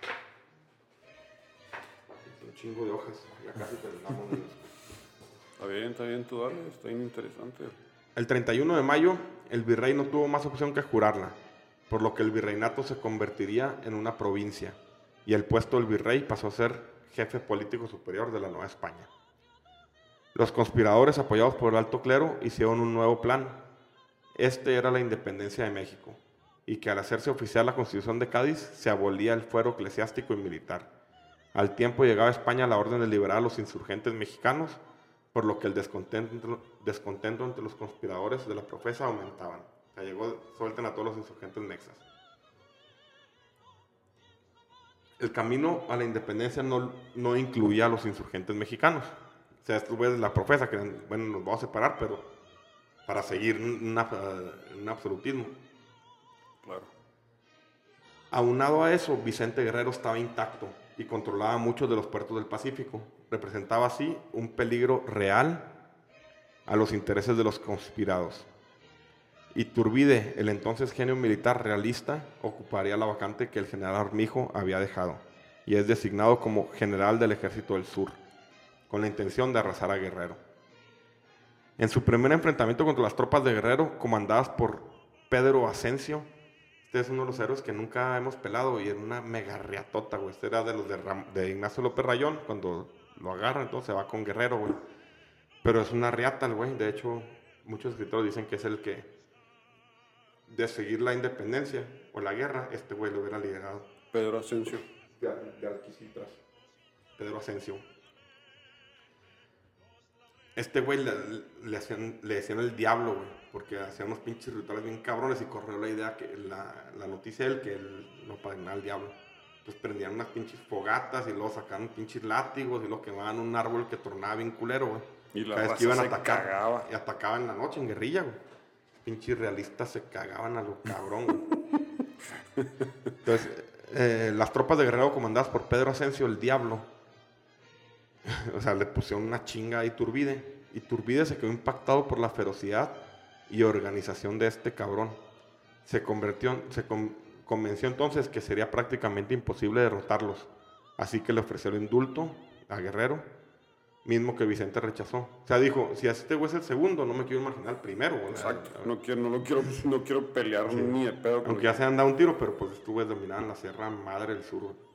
Un chingo de hojas, ya casi terminamos. Está bien, está bien, tú dale, está bien interesante. El treinta y uno de mayo, el virrey no tuvo más opción que jurarla, por lo que el virreinato se convertiría en una provincia, y el puesto del virrey pasó a ser jefe político superior de la Nueva España. Los conspiradores, apoyados por el alto clero, hicieron un nuevo plan. Este era la independencia de México, y que al hacerse oficial la Constitución de Cádiz, se abolía el fuero eclesiástico y militar. Al tiempo llegaba a España la orden de liberar a los insurgentes mexicanos, por lo que el descontento, descontento entre los conspiradores de la Profesa aumentaban. O sea, llegó, suelten a todos los insurgentes mexas. El camino a la independencia no, no incluía a los insurgentes mexicanos. O sea, estos güeyes de la Profesa, que bueno, nos vamos a separar, pero para seguir una, un absolutismo. Claro. Aunado a eso, Vicente Guerrero estaba intacto y controlaba muchos de los puertos del Pacífico. Representaba así un peligro real a los intereses de los conspirados. Iturbide, el entonces genio militar realista, ocuparía la vacante que el general Armijo había dejado y es designado como general del Ejército del Sur, con la intención de arrasar a Guerrero. En su primer enfrentamiento contra las tropas de Guerrero, comandadas por Pedro Asensio, este es uno de los héroes que nunca hemos pelado y era una mega riatota, güey. Este era de los de, Ram- de Ignacio López Rayón, cuando lo agarra, entonces se va con Guerrero, güey. Pero es una riata, el güey. De hecho, muchos escritores dicen que es el que, de seguir la independencia o la guerra, este güey lo hubiera liderado. Pedro Asensio. De, de Alquicitras. Pedro Asensio. Este güey le, le, hacían, le decían el diablo, güey, porque hacían unos pinches rituales bien cabrones y corrió la idea, que la, la noticia de él, que él lo padrinaba al diablo. Entonces prendían unas pinches fogatas y luego sacaban pinches látigos y luego quemaban un árbol que tornaba bien culero, güey. Y la Cada vez raza que iban a se atacar, cagaba. y atacaban en la noche, en guerrilla, güey. Pinches realistas se cagaban a lo cabrón, güey. Entonces, eh, las tropas de Guerrero comandadas por Pedro Asensio, el diablo, o sea, le pusieron una chinga a Iturbide. Iturbide se quedó impactado por la ferocidad y organización de este cabrón. Se convirtió, se con, convenció entonces que sería prácticamente imposible derrotarlos. Así que le ofreció el indulto a Guerrero, mismo que Vicente rechazó. O sea, dijo, si este güey es el segundo, no me quiero imaginar el primero. Güey. Exacto. No quiero, no, no quiero, no quiero pelear sí. ni de pedo. Aunque ya se han dado un tiro, pero pues estos güeyes dominaban la Sierra Madre del Sur, güey.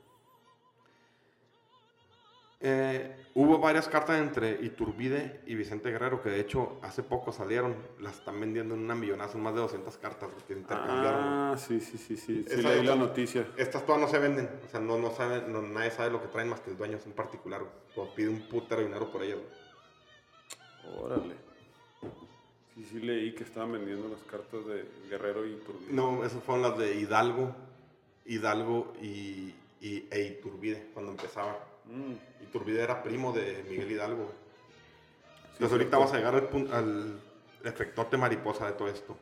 Eh, hubo varias cartas entre Iturbide y Vicente Guerrero que de hecho hace poco salieron, las están vendiendo en una millonada, son más de doscientas cartas que intercambiaron. Ah, sí, sí, sí, sí, sí Esa, leí la noticia. Estas todas no se venden, o sea, no, no sabe, no, nadie sabe lo que traen más que el dueño, es un particular, o pide un putero de dinero por ellas. Órale. Sí, sí leí que estaban vendiendo las cartas de Guerrero y Iturbide. No, esas fueron las de Hidalgo, Hidalgo y, y, e Iturbide cuando empezaba. Mm. Iturbide era primo de Miguel Hidalgo. Sí, entonces ahorita vamos a llegar al, punto, al efectote mariposa de todo esto.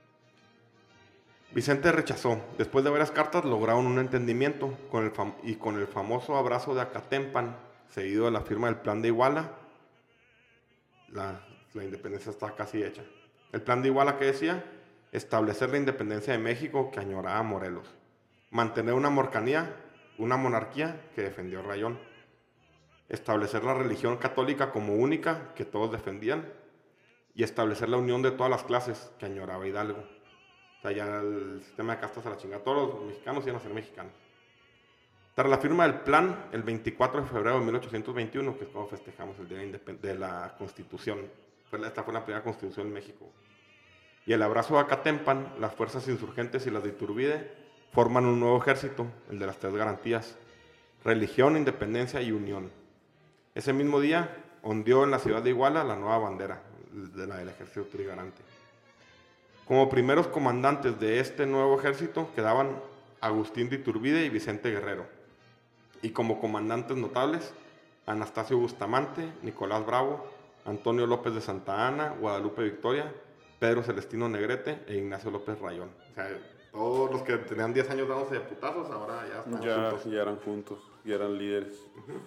Vicente rechazó. Después de varias cartas lograron un entendimiento con el fam- y con el famoso abrazo de Acatempan, seguido de la firma del Plan de Iguala, la, la independencia estaba casi hecha. El Plan de Iguala, ¿qué decía? Establecer la independencia de México que añoraba Morelos. Mantener una monarquía, una monarquía que defendió Rayón. Establecer la religión católica como única que todos defendían. Y establecer la unión de todas las clases que añoraba Hidalgo. O sea, ya el sistema de castas a la chingada. Todos los mexicanos iban a ser mexicanos. Tras la firma del plan, el veinticuatro de febrero de mil ochocientos veintiuno, que es cuando festejamos el día de la Constitución, esta fue la primera Constitución en México. Y el abrazo de Acatempan, las fuerzas insurgentes y las de Iturbide forman un nuevo ejército, el de las tres garantías: religión, independencia y unión. Ese mismo día ondeó en la ciudad de Iguala la nueva bandera de la del ejército trigarante. Como primeros comandantes de este nuevo ejército quedaban Agustín de Iturbide y Vicente Guerrero, y como comandantes notables Anastasio Bustamante, Nicolás Bravo, Antonio López de Santa Ana, Guadalupe Victoria, Pedro Celestino Negrete e Ignacio López Rayón. O sea, todos los que tenían diez años dándose de putazos, ahora ya están ya, juntos. Ya eran juntos, ya eran líderes. Uh-huh.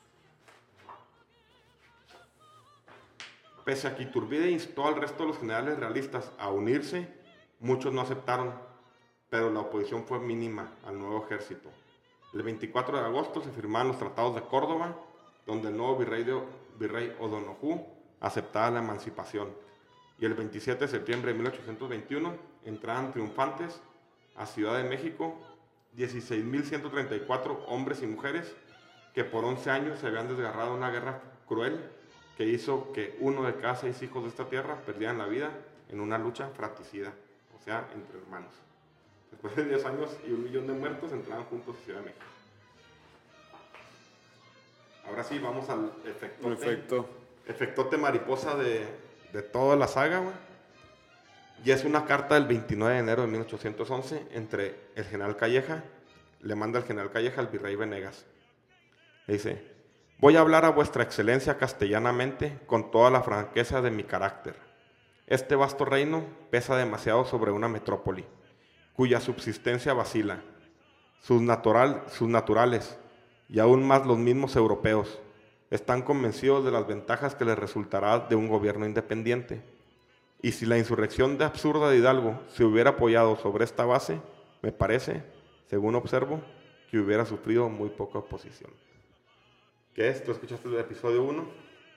Pese a que Iturbide instó al resto de los generales realistas a unirse, muchos no aceptaron, pero la oposición fue mínima al nuevo ejército. El veinticuatro de agosto se firmaron los tratados de Córdoba, donde el nuevo virrey, de, virrey O'Donoghue aceptaba la emancipación. Y el veintisiete de septiembre de mil ochocientos veintiuno entraban triunfantes a Ciudad de México dieciséis mil ciento treinta y cuatro hombres y mujeres que por once años se habían desgarrado en una guerra cruel que hizo que uno de cada seis hijos de esta tierra perdieran la vida en una lucha fratricida, o sea, entre hermanos. Después de diez años y un millón de muertos, entraban juntos a Ciudad de México. Ahora sí, vamos al efectote, Efecto. efectote mariposa de, de toda la saga, güey. Y es una carta del veintinueve de enero de mil ochocientos once entre el general Calleja, le manda el general Calleja al virrey Venegas. Le dice: voy a hablar a vuestra excelencia castellanamente con toda la franqueza de mi carácter. Este vasto reino pesa demasiado sobre una metrópoli, cuya subsistencia vacila. Sus, natural, sus naturales, y aún más los mismos europeos, están convencidos de las ventajas que les resultará de un gobierno independiente. Y si la insurrección de Absurda de Hidalgo se hubiera apoyado sobre esta base, me parece, según observo, que hubiera sufrido muy poca oposición. ¿Qué es? ¿Tú escuchaste el episodio uno?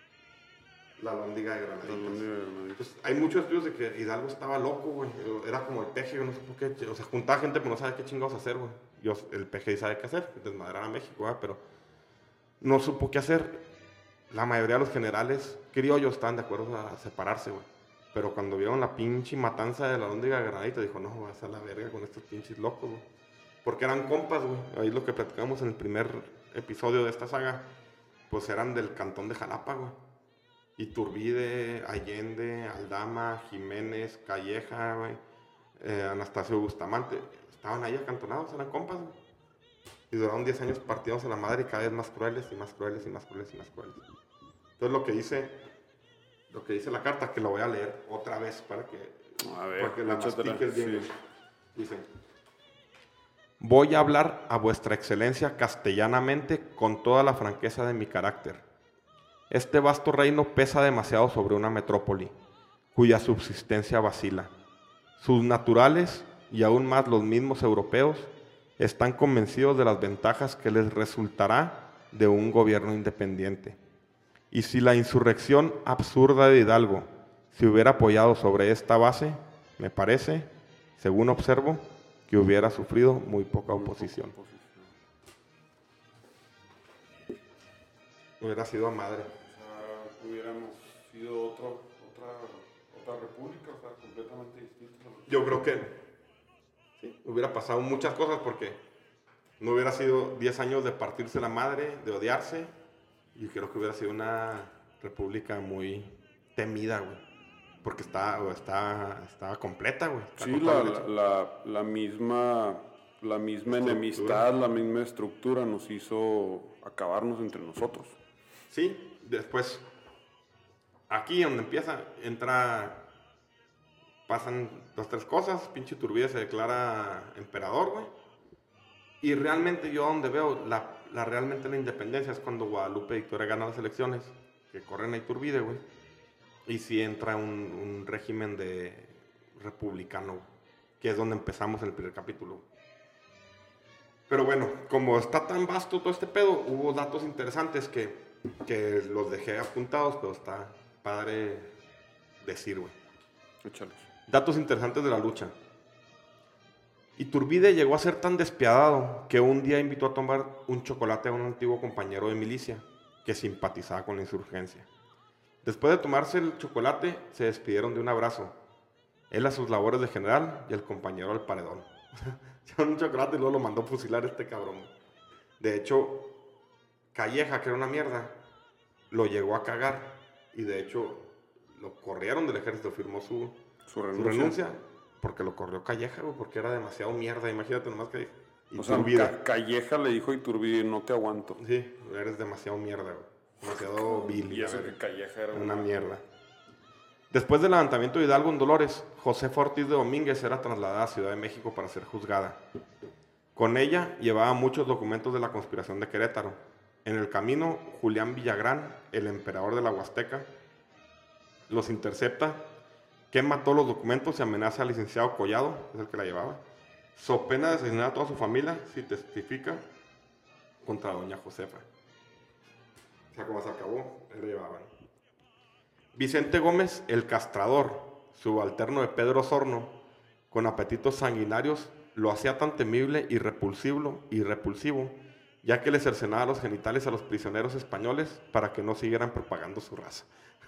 La Lóndiga de Granaditas. Pues, hay muchos estudios de que Hidalgo estaba loco, güey. Era como el peje, yo no sé por qué. O sea, juntaba gente, pero no sabe qué chingados hacer, güey. Yo, el peje sabe qué hacer, desmadrar a México, güey, pero no supo qué hacer. La mayoría de los generales criollos estaban de acuerdo a separarse, güey. Pero cuando vieron la pinche matanza de la Lóndiga de Granaditas, dijo: no, vas a la verga con estos pinches locos, güey. Porque eran compas, güey. Ahí es lo que platicamos en el primer episodio de esta saga. Pues eran del cantón de Jalapa, güey. Iturbide, Allende, Aldama, Jiménez, Calleja, güey, eh, Anastasio Bustamante. Estaban ahí acantonados, eran compas, güey. Y duraron diez años partidos a la madre y cada vez más crueles y más crueles y más crueles y más crueles. Entonces lo que dice, lo que dice la carta, que lo voy a leer otra vez para que, a ver, para que la mastiques bien. Sí. Dice: voy a hablar a vuestra excelencia castellanamente con toda la franqueza de mi carácter. Este vasto reino pesa demasiado sobre una metrópoli, cuya subsistencia vacila. Sus naturales, y aún más los mismos europeos, están convencidos de las ventajas que les resultará de un gobierno independiente. Y si la insurrección absurda de Hidalgo se hubiera apoyado sobre esta base, me parece, según observo, que hubiera sufrido muy poca oposición. Hubiera sido a madre. O sea, hubiéramos sido otro, otra, otra república, o sea, completamente distinta. Yo creo que sí, hubiera pasado muchas cosas porque no hubiera sido diez años de partirse la madre, de odiarse, y creo que hubiera sido una república muy temida, güey. Porque está, está, estaba completa, güey. Sí, la, la, la misma, la misma enemistad, la misma estructura nos hizo acabarnos entre nosotros. Sí, después, aquí donde empieza, entra, pasan dos, tres cosas, pinche Iturbide se declara emperador, güey. Y realmente yo donde veo la, la realmente la independencia es cuando Guadalupe Victoria gana las elecciones, que corren a Iturbide, güey. Y sí entra un, un régimen de republicano, que es donde empezamos en el primer capítulo. Pero bueno, como está tan vasto todo este pedo, hubo datos interesantes que, que los dejé apuntados, pero está padre decir, güey. Échalos. Datos interesantes de la lucha. Iturbide llegó a ser tan despiadado que un día invitó a tomar un chocolate a un antiguo compañero de milicia que simpatizaba con la insurgencia. Después de tomarse el chocolate, se despidieron de un abrazo. Él a sus labores de general y el compañero al paredón. Echaron un chocolate y luego lo mandó fusilar este cabrón. De hecho, Calleja, que era una mierda, lo llegó a cagar. Y de hecho, lo corrieron del ejército, firmó su, Su renuncia. su renuncia. Porque lo corrió Calleja, güey, porque era demasiado mierda. Imagínate nomás que... O sea, Ca- Calleja le dijo a Iturbide, no te aguanto. Sí, eres demasiado mierda, güey. Demasiado vil. Y eso que Calleja era una mierda. Después del levantamiento de Hidalgo en Dolores, Josefa Ortiz de Domínguez era trasladada a Ciudad de México para ser juzgada. Con ella llevaba muchos documentos de la conspiración de Querétaro. En el camino, Julián Villagrán, el emperador de la Huasteca, los intercepta, quema todos los documentos y amenaza al licenciado Collado, es el que la llevaba, so pena de asesinar a toda su familia si testifica contra doña Josefa. O sea, como se acabó, él le llevaban. Vicente Gómez, el castrador, subalterno de Pedro Osorno, con apetitos sanguinarios, lo hacía tan temible y repulsivo, y repulsivo, ya que le cercenaba los genitales a los prisioneros españoles para que no siguieran propagando su raza.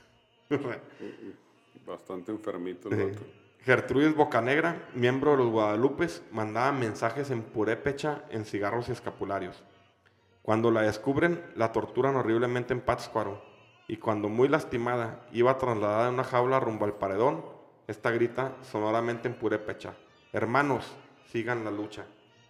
Bastante enfermito el otro. Gertrudis Bocanegra, miembro de los Guadalupes, mandaba mensajes en purépecha en cigarros y escapularios. Cuando la descubren, la torturan horriblemente en Pátzcuaro, y cuando muy lastimada iba trasladada en una jaula rumbo al paredón, esta grita sonoramente en purépecha: hermanos, sigan la lucha.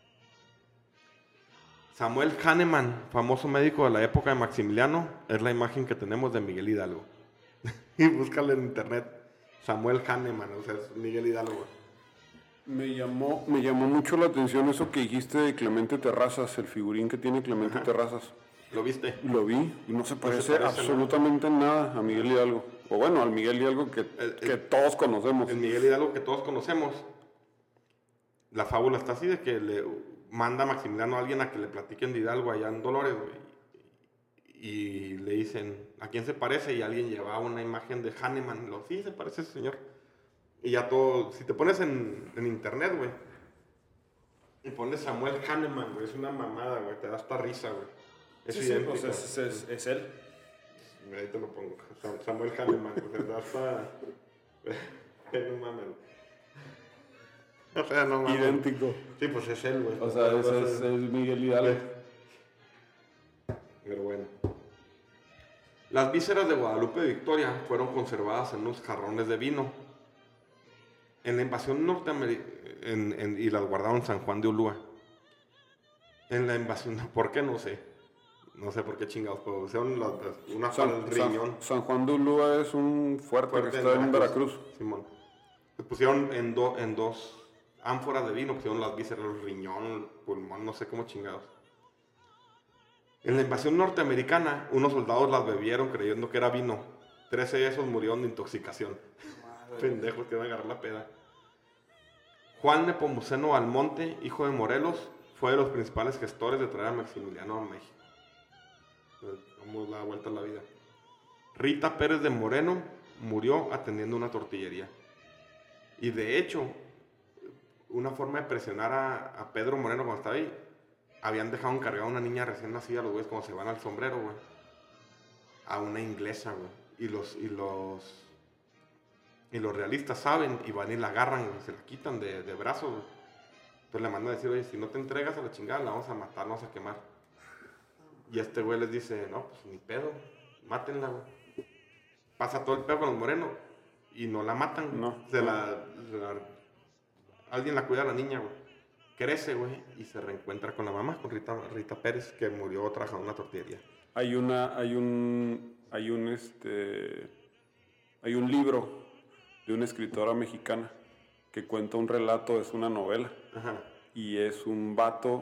Samuel Hahnemann, famoso médico de la época de Maximiliano, es la imagen que tenemos de Miguel Hidalgo. Y búscale en internet, Samuel Hahnemann, o sea, es Miguel Hidalgo. Me llamó, me llamó mucho la atención eso que dijiste de Clemente Terrazas, el figurín que tiene Clemente Ajá. Terrazas. ¿Lo viste? Lo vi y no se parece, no se parece absolutamente nada. nada a Miguel Hidalgo. O bueno, al Miguel Hidalgo que, el, que el, todos conocemos. El Miguel Hidalgo que todos conocemos. La fábula está así de que le manda a Maximiliano a alguien a que le platiquen de Hidalgo allá en Dolores, güey. Y le dicen, ¿a quién se parece? Y alguien llevaba una imagen de Hahnemann. Lo, sí, se parece ese señor. Y ya todo, si te pones en, en internet, güey, y pones Samuel Hahnemann, güey, es una mamada, güey, te da hasta risa, güey. Es sí, idéntico. Sí, pues es, es, es él. Ahí te lo pongo. Samuel Hahnemann, güey, te da hasta... no mames. O sea, no mames. Idéntico. Sí, pues es él, güey. O sea, ese es, es Miguel Hidalgo. Pero bueno. Las vísceras de Guadalupe Victoria fueron conservadas en unos jarrones de vino en la invasión norteamericana y las guardaron en San Juan de Ulúa. En la invasión, ¿por qué? No sé. No sé por qué chingados, pero pusieron las, una para el riñón. San, San Juan de Ulúa es un fuerte, fuerte que está en Veracruz. Veracruz. Simón. Se pusieron en, do, en dos ánforas de vino, pusieron las vísceras, el riñón, el pulmón, no sé cómo chingados. En la invasión norteamericana, unos soldados las bebieron creyendo que era vino. Trece de esos murieron de intoxicación. Pendejos que iban a agarrar la peda. Juan Nepomuceno Almonte, hijo de Morelos, fue de los principales gestores de traer a Maximiliano a México. Vamos a dar vuelta a la vida. Rita Pérez de Moreno murió atendiendo una tortillería. Y de hecho, una forma de presionar a, a Pedro Moreno cuando estaba ahí, habían dejado encargada a una niña recién nacida, los güeyes cuando se van al sombrero, güey, a una inglesa, güey. Y los, y los, y los realistas saben y van y la agarran, güey, se la quitan de, de brazos, güey. Entonces le mandan a decir, oye, si no te entregas a la chingada, la vamos a matar, la vamos a quemar. Y este güey les dice, no, pues ni pedo, mátenla, güey. Pasa todo el pedo con los morenos y no la matan. No. Se la, se la, alguien la cuida a la niña, güey. Crece, güey, y se reencuentra con la mamá, con Rita, Rita Pérez, que murió trabajando en una tortillería. Hay una, hay un, hay un, este, hay un libro de una escritora mexicana que cuenta un relato, es una novela. Ajá. Y es un vato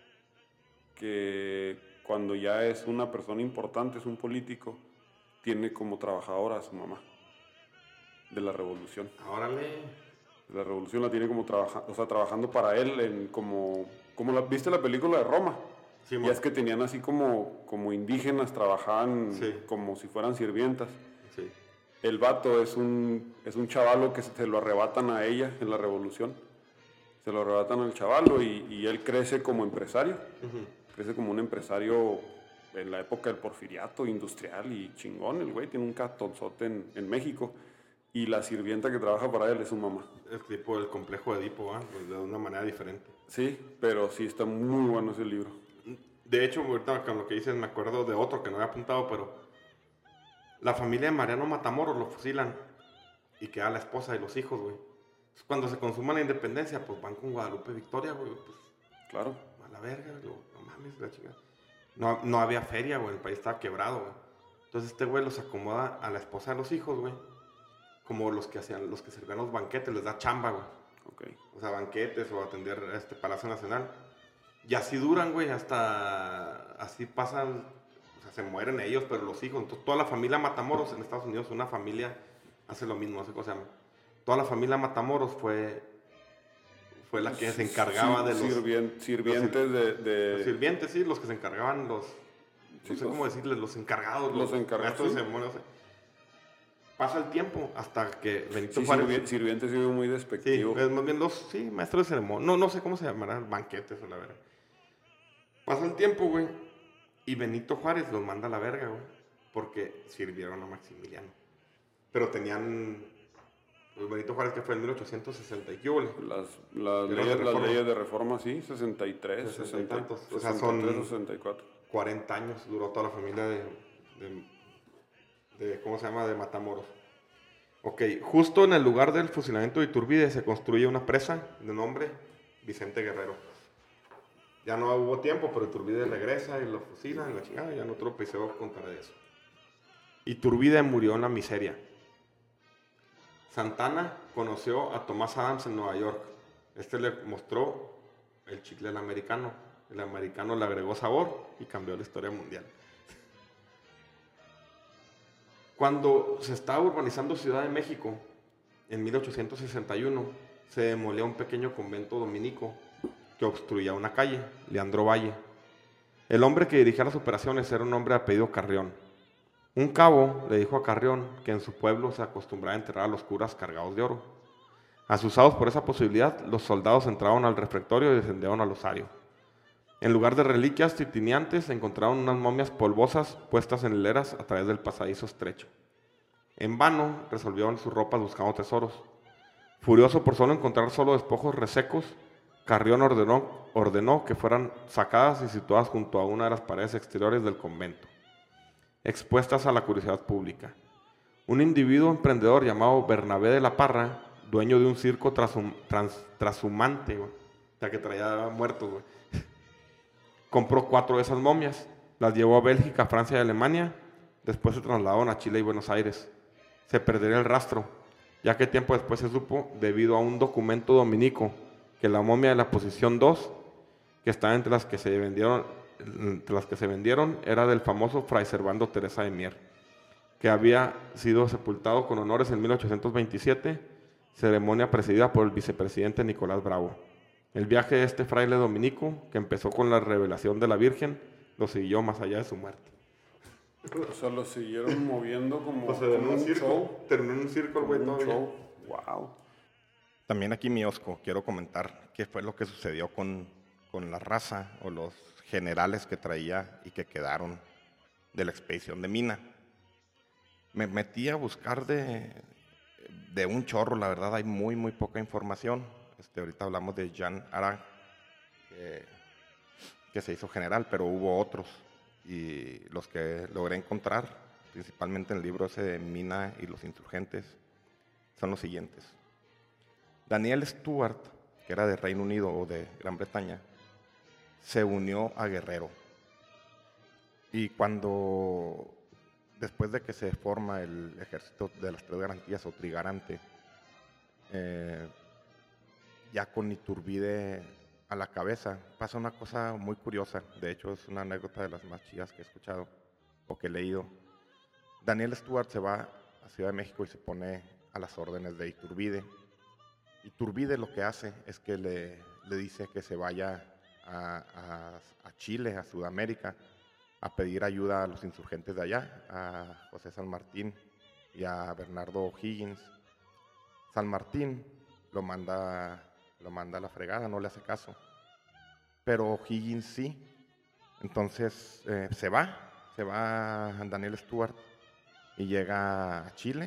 que cuando ya es una persona importante, es un político, tiene como trabajadora a su mamá de la revolución. Órale. La revolución la tiene como trabaja, o sea, trabajando para él en como, como la, ¿viste la película de Roma? Sí, y es que tenían así como, como indígenas, trabajaban sí. como si fueran sirvientas. Sí. El vato es un, es un chavalo que se lo arrebatan a ella en la revolución. Se lo arrebatan al chavalo y, y él crece como empresario. Uh-huh. Crece como un empresario en la época del porfiriato industrial y chingón. El güey tiene un cartonzote en, en México. y la sirvienta que trabaja para él es su mamá. Es tipo el complejo de Edipo, ¿eh? Pues de una manera diferente. Sí, pero sí está muy bueno ese libro. De hecho, ahorita con lo que dices me acuerdo de otro que no había apuntado, pero la familia de Mariano Matamoros lo fusilan y queda la esposa y los hijos, güey. Cuando se consuma la independencia, pues van con Guadalupe Victoria, güey. Pues, claro. A la verga, lo, no mames, la chingada. No, no había feria, güey, el país estaba quebrado, güey. Entonces este güey los acomoda a la esposa de los hijos, güey. Como los que hacían, los que servían los banquetes, les da chamba, güey. Okay. O sea, banquetes o atender este Palacio Nacional. Y así duran, güey, hasta... Así pasan... O sea, se mueren ellos, pero los hijos. Entonces, toda la familia Matamoros en Estados Unidos, una familia hace lo mismo, no sé cómo se llama. Toda la familia Matamoros fue... Fue la que se encargaba sí, de los... Sirvien, sirvientes los, de, de... Los sirvientes, sí, los que se encargaban, los... Sí, no sé los, cómo decirles, los encargados. Los, los encargados, sí. De ceremonias. Pasa el tiempo hasta que Benito sí, Juárez... Sirviente, sirviente sí, muy despectivo. Sí, es más bien los... Sí, maestros de ceremonia. No, no sé cómo se llamarán, banquetes o la verdad. Pasa el tiempo, güey, y Benito Juárez los manda a la verga, güey, porque sirvieron a Maximiliano. Pero tenían... Pues Benito Juárez, que fue en mil ochocientos sesenta y güey. Las, las, leyes, de las leyes de reforma, sí, sesenta y tres, sesenta y tantos. sesenta, O sea, son sesenta y tres, sesenta y cuatro. cuarenta años duró toda la familia de, de, de... ¿Cómo se llama? De Matamoros. Ok, justo en el lugar del fusilamiento de Iturbide se construye una presa de nombre Vicente Guerrero. Ya no hubo tiempo, pero Iturbide regresa y lo fusilan y la chingada, ya en otro episodio contaré de eso. Iturbide murió en la miseria. Santana conoció a Thomas Adams en Nueva York. Este le mostró el chicle al americano. El americano le agregó sabor y cambió la historia mundial. Cuando se estaba urbanizando Ciudad de México, en mil ochocientos sesenta y uno, se demolió un pequeño convento dominico que obstruía una calle, Leandro Valle. El hombre que dirigía las operaciones era un hombre de apellido Carrión. Un cabo le dijo a Carrión que en su pueblo se acostumbraba a enterrar a los curas cargados de oro. Asusados por esa posibilidad, los soldados entraron al refectorio y descendieron al osario. En lugar de reliquias titineantes, encontraron unas momias polvosas puestas en hileras a través del pasadizo estrecho. En vano resolvieron sus ropas buscando tesoros. Furioso por solo encontrar solo despojos resecos, Carrión ordenó, ordenó que fueran sacadas y situadas junto a una de las paredes exteriores del convento, expuestas a la curiosidad pública. Un individuo emprendedor llamado Bernabé de la Parra, dueño de un circo trasum, trans, trashumante, güey, o sea, que traía muertos, güey, compró cuatro de esas momias, las llevó a Bélgica, Francia y Alemania, después se trasladaron a Chile y Buenos Aires. Se perdería el rastro, ya que tiempo después se supo, debido a un documento dominico, que la momia de la posición dos, que estaba entre las que se vendieron, entre las que se vendieron, era del famoso Fray Servando Teresa de Mier, que había sido sepultado con honores en mil ochocientos veintisiete, ceremonia presidida por el vicepresidente Nicolás Bravo. El viaje de este fraile dominico, que empezó con la revelación de la Virgen, lo siguió más allá de su muerte. O sea, lo siguieron moviendo como, o sea, en como un, un circo, show. Terminó en un circo el güey Un todavía. show. Wow. También aquí, Miosco, quiero comentar qué fue lo que sucedió con, con la raza o los generales que traía y que quedaron de la expedición de Mina. Me metí a buscar de, de un chorro, la verdad hay muy, muy poca información. Este, ahorita hablamos de Jean Arang, que, que se hizo general, pero hubo otros. Y los que logré encontrar, principalmente en el libro ese de Mina y los insurgentes, son los siguientes. Daniel Stewart, que era de Reino Unido o de Gran Bretaña, se unió a Guerrero. Y cuando, después de que se forma el ejército de las tres garantías o trigarante, eh, ya con Iturbide a la cabeza, pasa una cosa muy curiosa. De hecho, es una anécdota de las más chidas que he escuchado o que he leído. Daniel Stewart se va a Ciudad de México y se pone a las órdenes de Iturbide. Iturbide lo que hace es que le, le dice que se vaya a, a, a Chile, a Sudamérica, a pedir ayuda a los insurgentes de allá, a José San Martín y a Bernardo O'Higgins. San Martín lo manda, lo manda a la fregada, no le hace caso. Pero O'Higgins sí. Entonces eh, se va, se va Daniel Stewart y llega a Chile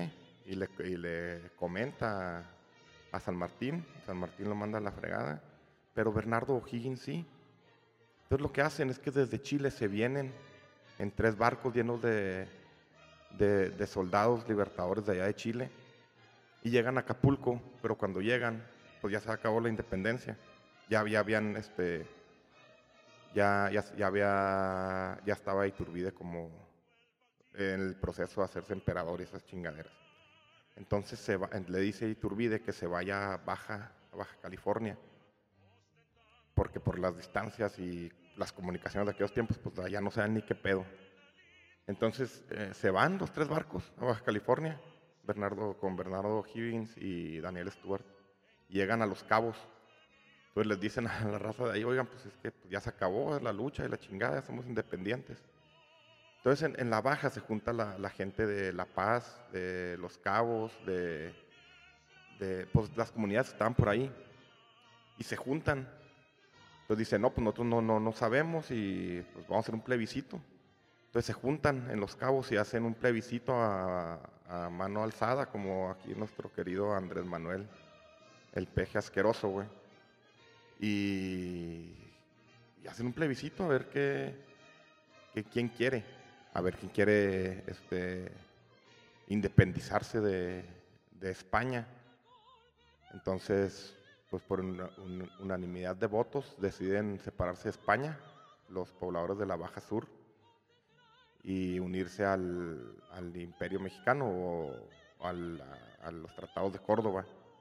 y, le, y le comenta a San Martín. San Martín lo manda a la fregada, pero Bernardo O'Higgins sí. Entonces lo que hacen es que desde Chile se vienen en tres barcos llenos de, de, de soldados libertadores de allá de Chile y llegan a Acapulco, pero cuando llegan, pues ya se acabó la independencia. Ya, ya habían, este, ya, ya, ya había, ya estaba Iturbide como en el proceso de hacerse emperador y esas chingaderas. Entonces se va, le dice a Iturbide que se vaya a Baja, a Baja California, porque por las distancias y las comunicaciones de aquellos tiempos, pues ya no saben ni qué pedo. Entonces eh, se van los tres barcos a Baja California, Bernardo, con Bernardo O'Higgins y Daniel Stewart. Llegan a Los Cabos. Entonces les dicen a la raza de ahí, oigan, pues es que pues, ya se acabó la lucha y la chingada, somos independientes. Entonces en, en la Baja se junta la, la gente de La Paz, de Los Cabos, de, de pues, las comunidades que estaban por ahí, y se juntan. Entonces dicen, no, pues nosotros no, no, no sabemos y pues vamos a hacer un plebiscito. Entonces se juntan en Los Cabos y hacen un plebiscito a, a mano alzada, como aquí nuestro querido Andrés Manuel, el peje asqueroso, güey. Y, y hacen un plebiscito a ver qué, qué, quién quiere, a ver quién quiere este, independizarse de, de España. Entonces, pues por una, un, unanimidad de votos deciden separarse de España, los pobladores de la Baja Sur, y unirse al, al Imperio Mexicano o, o al, a, a los tratados de Córdoba.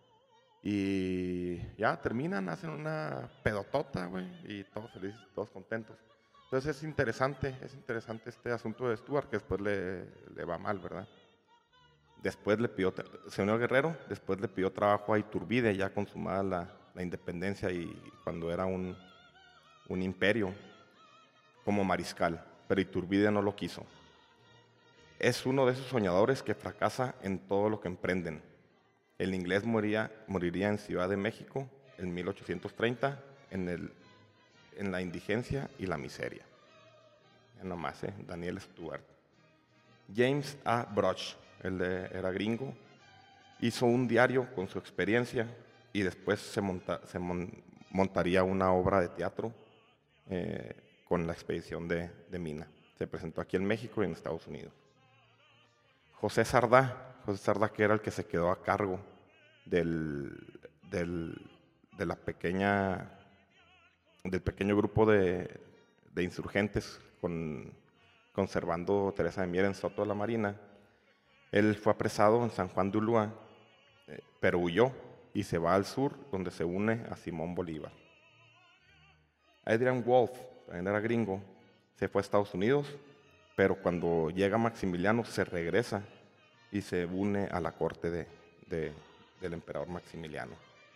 Y ya terminan, hacen una pedotota, güey, y todos felices, todos contentos. Entonces es interesante, es interesante este asunto de Stuart, que después le, le va mal, ¿verdad? Después le pidió, se unió a Guerrero, después le pidió trabajo a Iturbide, ya consumada la, la independencia y cuando era un, un imperio, como mariscal, pero Iturbide no lo quiso. Es uno de esos soñadores que fracasa en todo lo que emprenden. El inglés moriría, moriría en Ciudad de México en mil ochocientos treinta, en, el, en la indigencia y la miseria. Ya nomás, ¿eh? Daniel Stewart. James A. Bruch, él era gringo, hizo un diario con su experiencia y después se, monta, se mon, montaría una obra de teatro eh, con la expedición de, de Mina. Se presentó aquí en México y en Estados Unidos. José Sardá, José Sardá, que era el que se quedó a cargo del, del, de la pequeña, del pequeño grupo de, de insurgentes con, conservando Teresa de Mier en Soto de la Marina. Él fue apresado en San Juan de Ulúa, eh, pero huyó y se va al sur, donde se une a Simón Bolívar. Adrian Wolf, también era gringo, se fue a Estados Unidos, pero cuando llega Maximiliano se regresa y se une a la corte de, de, del emperador Maximiliano.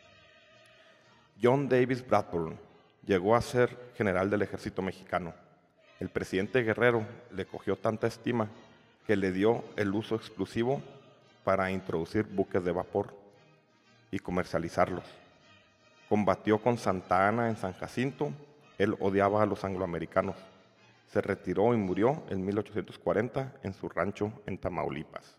John Davis Bradburn llegó a ser general del ejército mexicano. El presidente Guerrero le cogió tanta estima que le dio el uso exclusivo para introducir buques de vapor y comercializarlos. Combatió con Santa Anna en San Jacinto. Él odiaba a los angloamericanos. Se retiró y murió en mil ochocientos cuarenta en su rancho en Tamaulipas.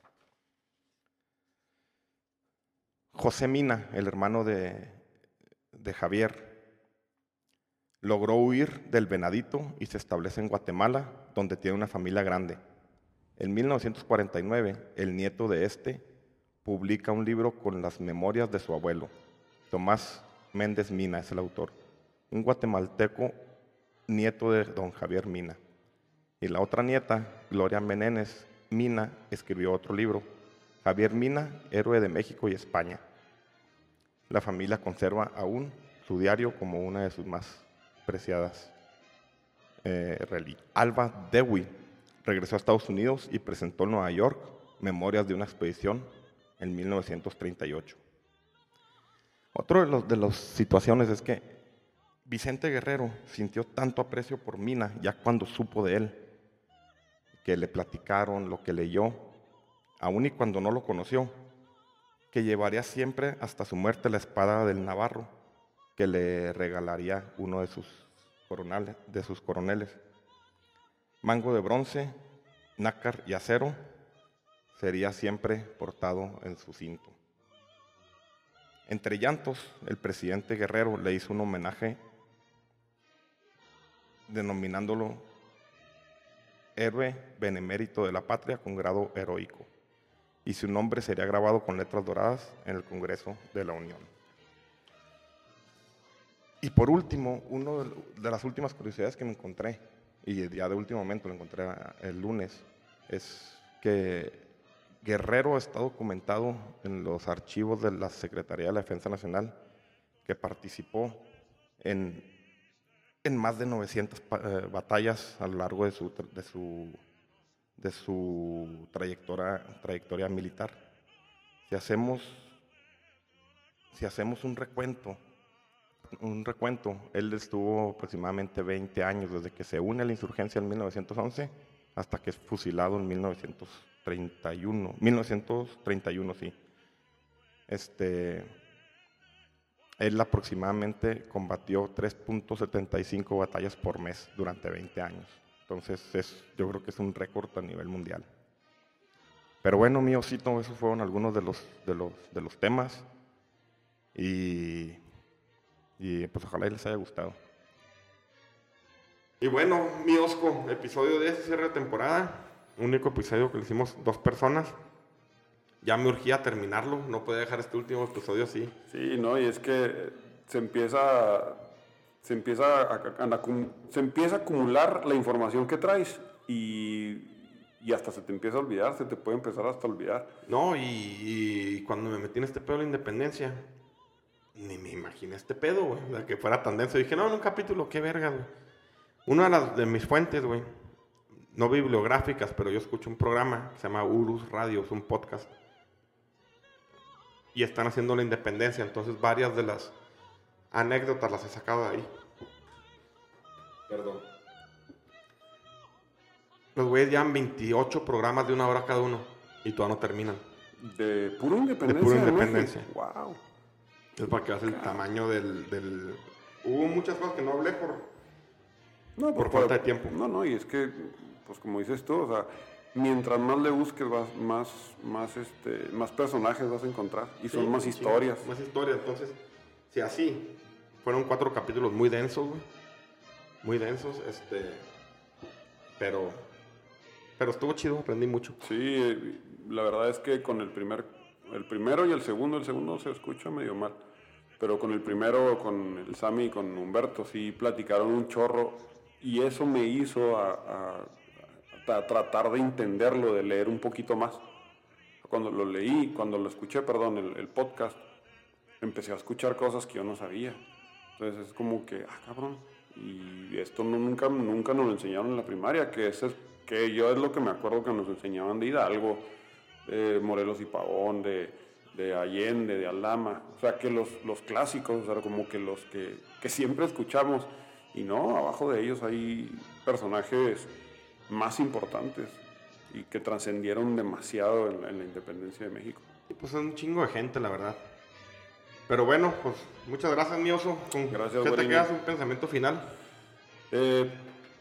José Mina, el hermano de, de Javier, logró huir del Venadito y se establece en Guatemala, donde tiene una familia grande. En mil novecientos cuarenta y nueve, el nieto de este publica un libro con las memorias de su abuelo. Tomás Méndez Mina es el autor, un guatemalteco nieto de don Javier Mina. Y la otra nieta, Gloria Menéndez Mina, escribió otro libro, Javier Mina, héroe de México y España. La familia conserva aún su diario como una de sus más preciadas eh, reliquias. Alva Dewey regresó a Estados Unidos y presentó en Nueva York Memorias de una expedición en mil novecientos treinta y ocho. Otro de los de las situaciones es que Vicente Guerrero sintió tanto aprecio por Mina ya cuando supo de él, que le platicaron lo que leyó, aun y cuando no lo conoció, que llevaría siempre hasta su muerte la espada del Navarro, que le regalaría uno de sus coronales, de sus coroneles. Mango de bronce, nácar y acero, sería siempre portado en su cinto. Entre llantos, el presidente Guerrero le hizo un homenaje denominándolo héroe benemérito de la patria con grado heroico, y su nombre sería grabado con letras doradas en el Congreso de la Unión. Y por último, una de las últimas curiosidades que me encontré, y ya de último momento lo encontré el lunes, es que Guerrero está documentado en los archivos de la Secretaría de la Defensa Nacional, que participó en, en más de novecientas eh, batallas a lo largo de su, de su, de su trayectoria, trayectoria militar. Si hacemos, si hacemos un recuento, un recuento, él estuvo aproximadamente veinte años desde que se une a la insurgencia en mil novecientos once hasta que es fusilado en mil novecientos treinta y uno, mil novecientos treinta y uno, sí. Este, él aproximadamente combatió tres punto setenta y cinco batallas por mes durante veinte años. Entonces, es, yo creo que es un récord a nivel mundial. Pero bueno, mi osito, esos fueron algunos de los, de los, de los temas. Y, y pues ojalá les haya gustado. Y bueno, mi Osco, episodio de este cierre de temporada. Único episodio que le hicimos dos personas. Ya me urgía terminarlo, no podía dejar este último episodio así. Sí, no, y es que se empieza, se empieza a, a, a, se empieza a acumular la información que traes y, y hasta se te empieza a olvidar, se te puede empezar hasta a olvidar. No, y, y cuando me metí en este pedo de la independencia, ni me imaginé este pedo, güey, de que fuera tan denso. Dije, no, en un capítulo, qué verga, güey. Una de, las, de mis fuentes, güey, no bibliográficas, pero yo escucho un programa que se llama Urus Radio, es un podcast. Y están haciendo la independencia, entonces varias de las anécdotas las he sacado de ahí. Perdón. Los güeyes llevan veintiocho programas de una hora cada uno y todavía no terminan. ¿De pura independencia? De pura independencia. Wow. Es para que veas el tamaño del, del... Hubo muchas cosas que no hablé por, no, por, por falta de tiempo. No, no, y es que, pues como dices tú, o sea, mientras más le busques, vas, más, más, este, más personajes vas a encontrar. Y son sí, más historias. Sí, más historias. Entonces, si así, fueron cuatro capítulos muy densos, güey. Muy densos, este... Pero... Pero estuvo chido, aprendí mucho. Sí, la verdad es que con el primer... El primero y el segundo, el segundo se escucha medio mal. Pero con el primero, con el Sammy y con Humberto, sí platicaron un chorro. Y eso me hizo a... a a tratar de entenderlo, de leer un poquito más. Cuando lo leí, cuando lo escuché, perdón, el, el podcast, empecé a escuchar cosas que yo no sabía. Entonces es como que, ah, cabrón, y esto no, nunca, nunca nos lo enseñaron en la primaria, que, ese es, que yo es lo que me acuerdo que nos enseñaban de Hidalgo, de Morelos y Pavón, de, de Allende, de Aldama, o sea, que los, los clásicos, o sea, como que los que, que siempre escuchamos, y no, abajo de ellos hay personajes más importantes y que trascendieron demasiado en la, en la independencia de México. Y pues es un chingo de gente, la verdad. Pero bueno, pues muchas gracias, mi oso. Con, gracias, ¿qué te quedas un pensamiento final? Eh,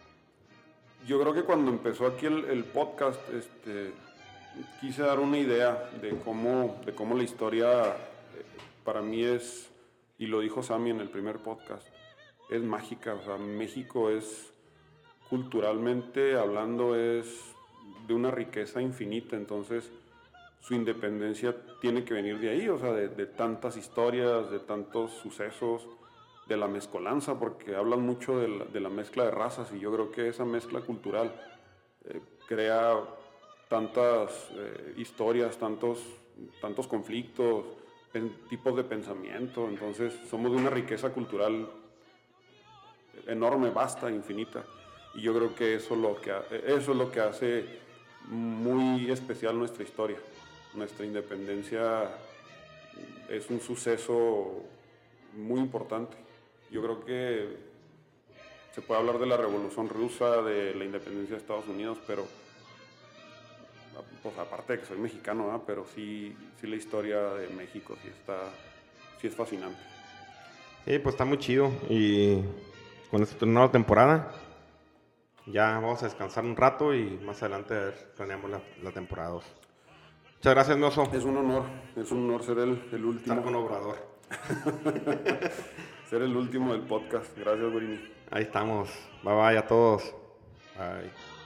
yo creo que cuando empezó aquí el, el podcast, este, quise dar una idea de cómo, de cómo la historia eh, para mí es, y lo dijo Sammy en el primer podcast, es mágica. O sea, México es... culturalmente hablando es de una riqueza infinita, entonces su independencia tiene que venir de ahí, o sea, de, de tantas historias, de tantos sucesos, de la mezcolanza, porque hablan mucho de la, de la mezcla de razas, y yo creo que esa mezcla cultural eh, crea tantas eh, historias, tantos, tantos conflictos, en, tipos de pensamiento, entonces somos de una riqueza cultural enorme, vasta, infinita. Y yo creo que eso, lo que eso es lo que hace muy especial nuestra historia. Nuestra independencia es un suceso muy importante. Yo creo que se puede hablar de la Revolución Rusa, de la independencia de Estados Unidos, pero pues aparte de que soy mexicano, ¿eh? Pero sí, sí la historia de México sí, está, sí es fascinante. Sí, pues está muy chido. Y con esta nueva temporada ya vamos a descansar un rato y más adelante planeamos la, la temporada dos. Muchas gracias, mi oso. Es un honor, es un honor ser el, el último. Estar con Obrador. Ser el último del podcast. Gracias, Guarini. Ahí estamos. Bye bye a todos. Bye.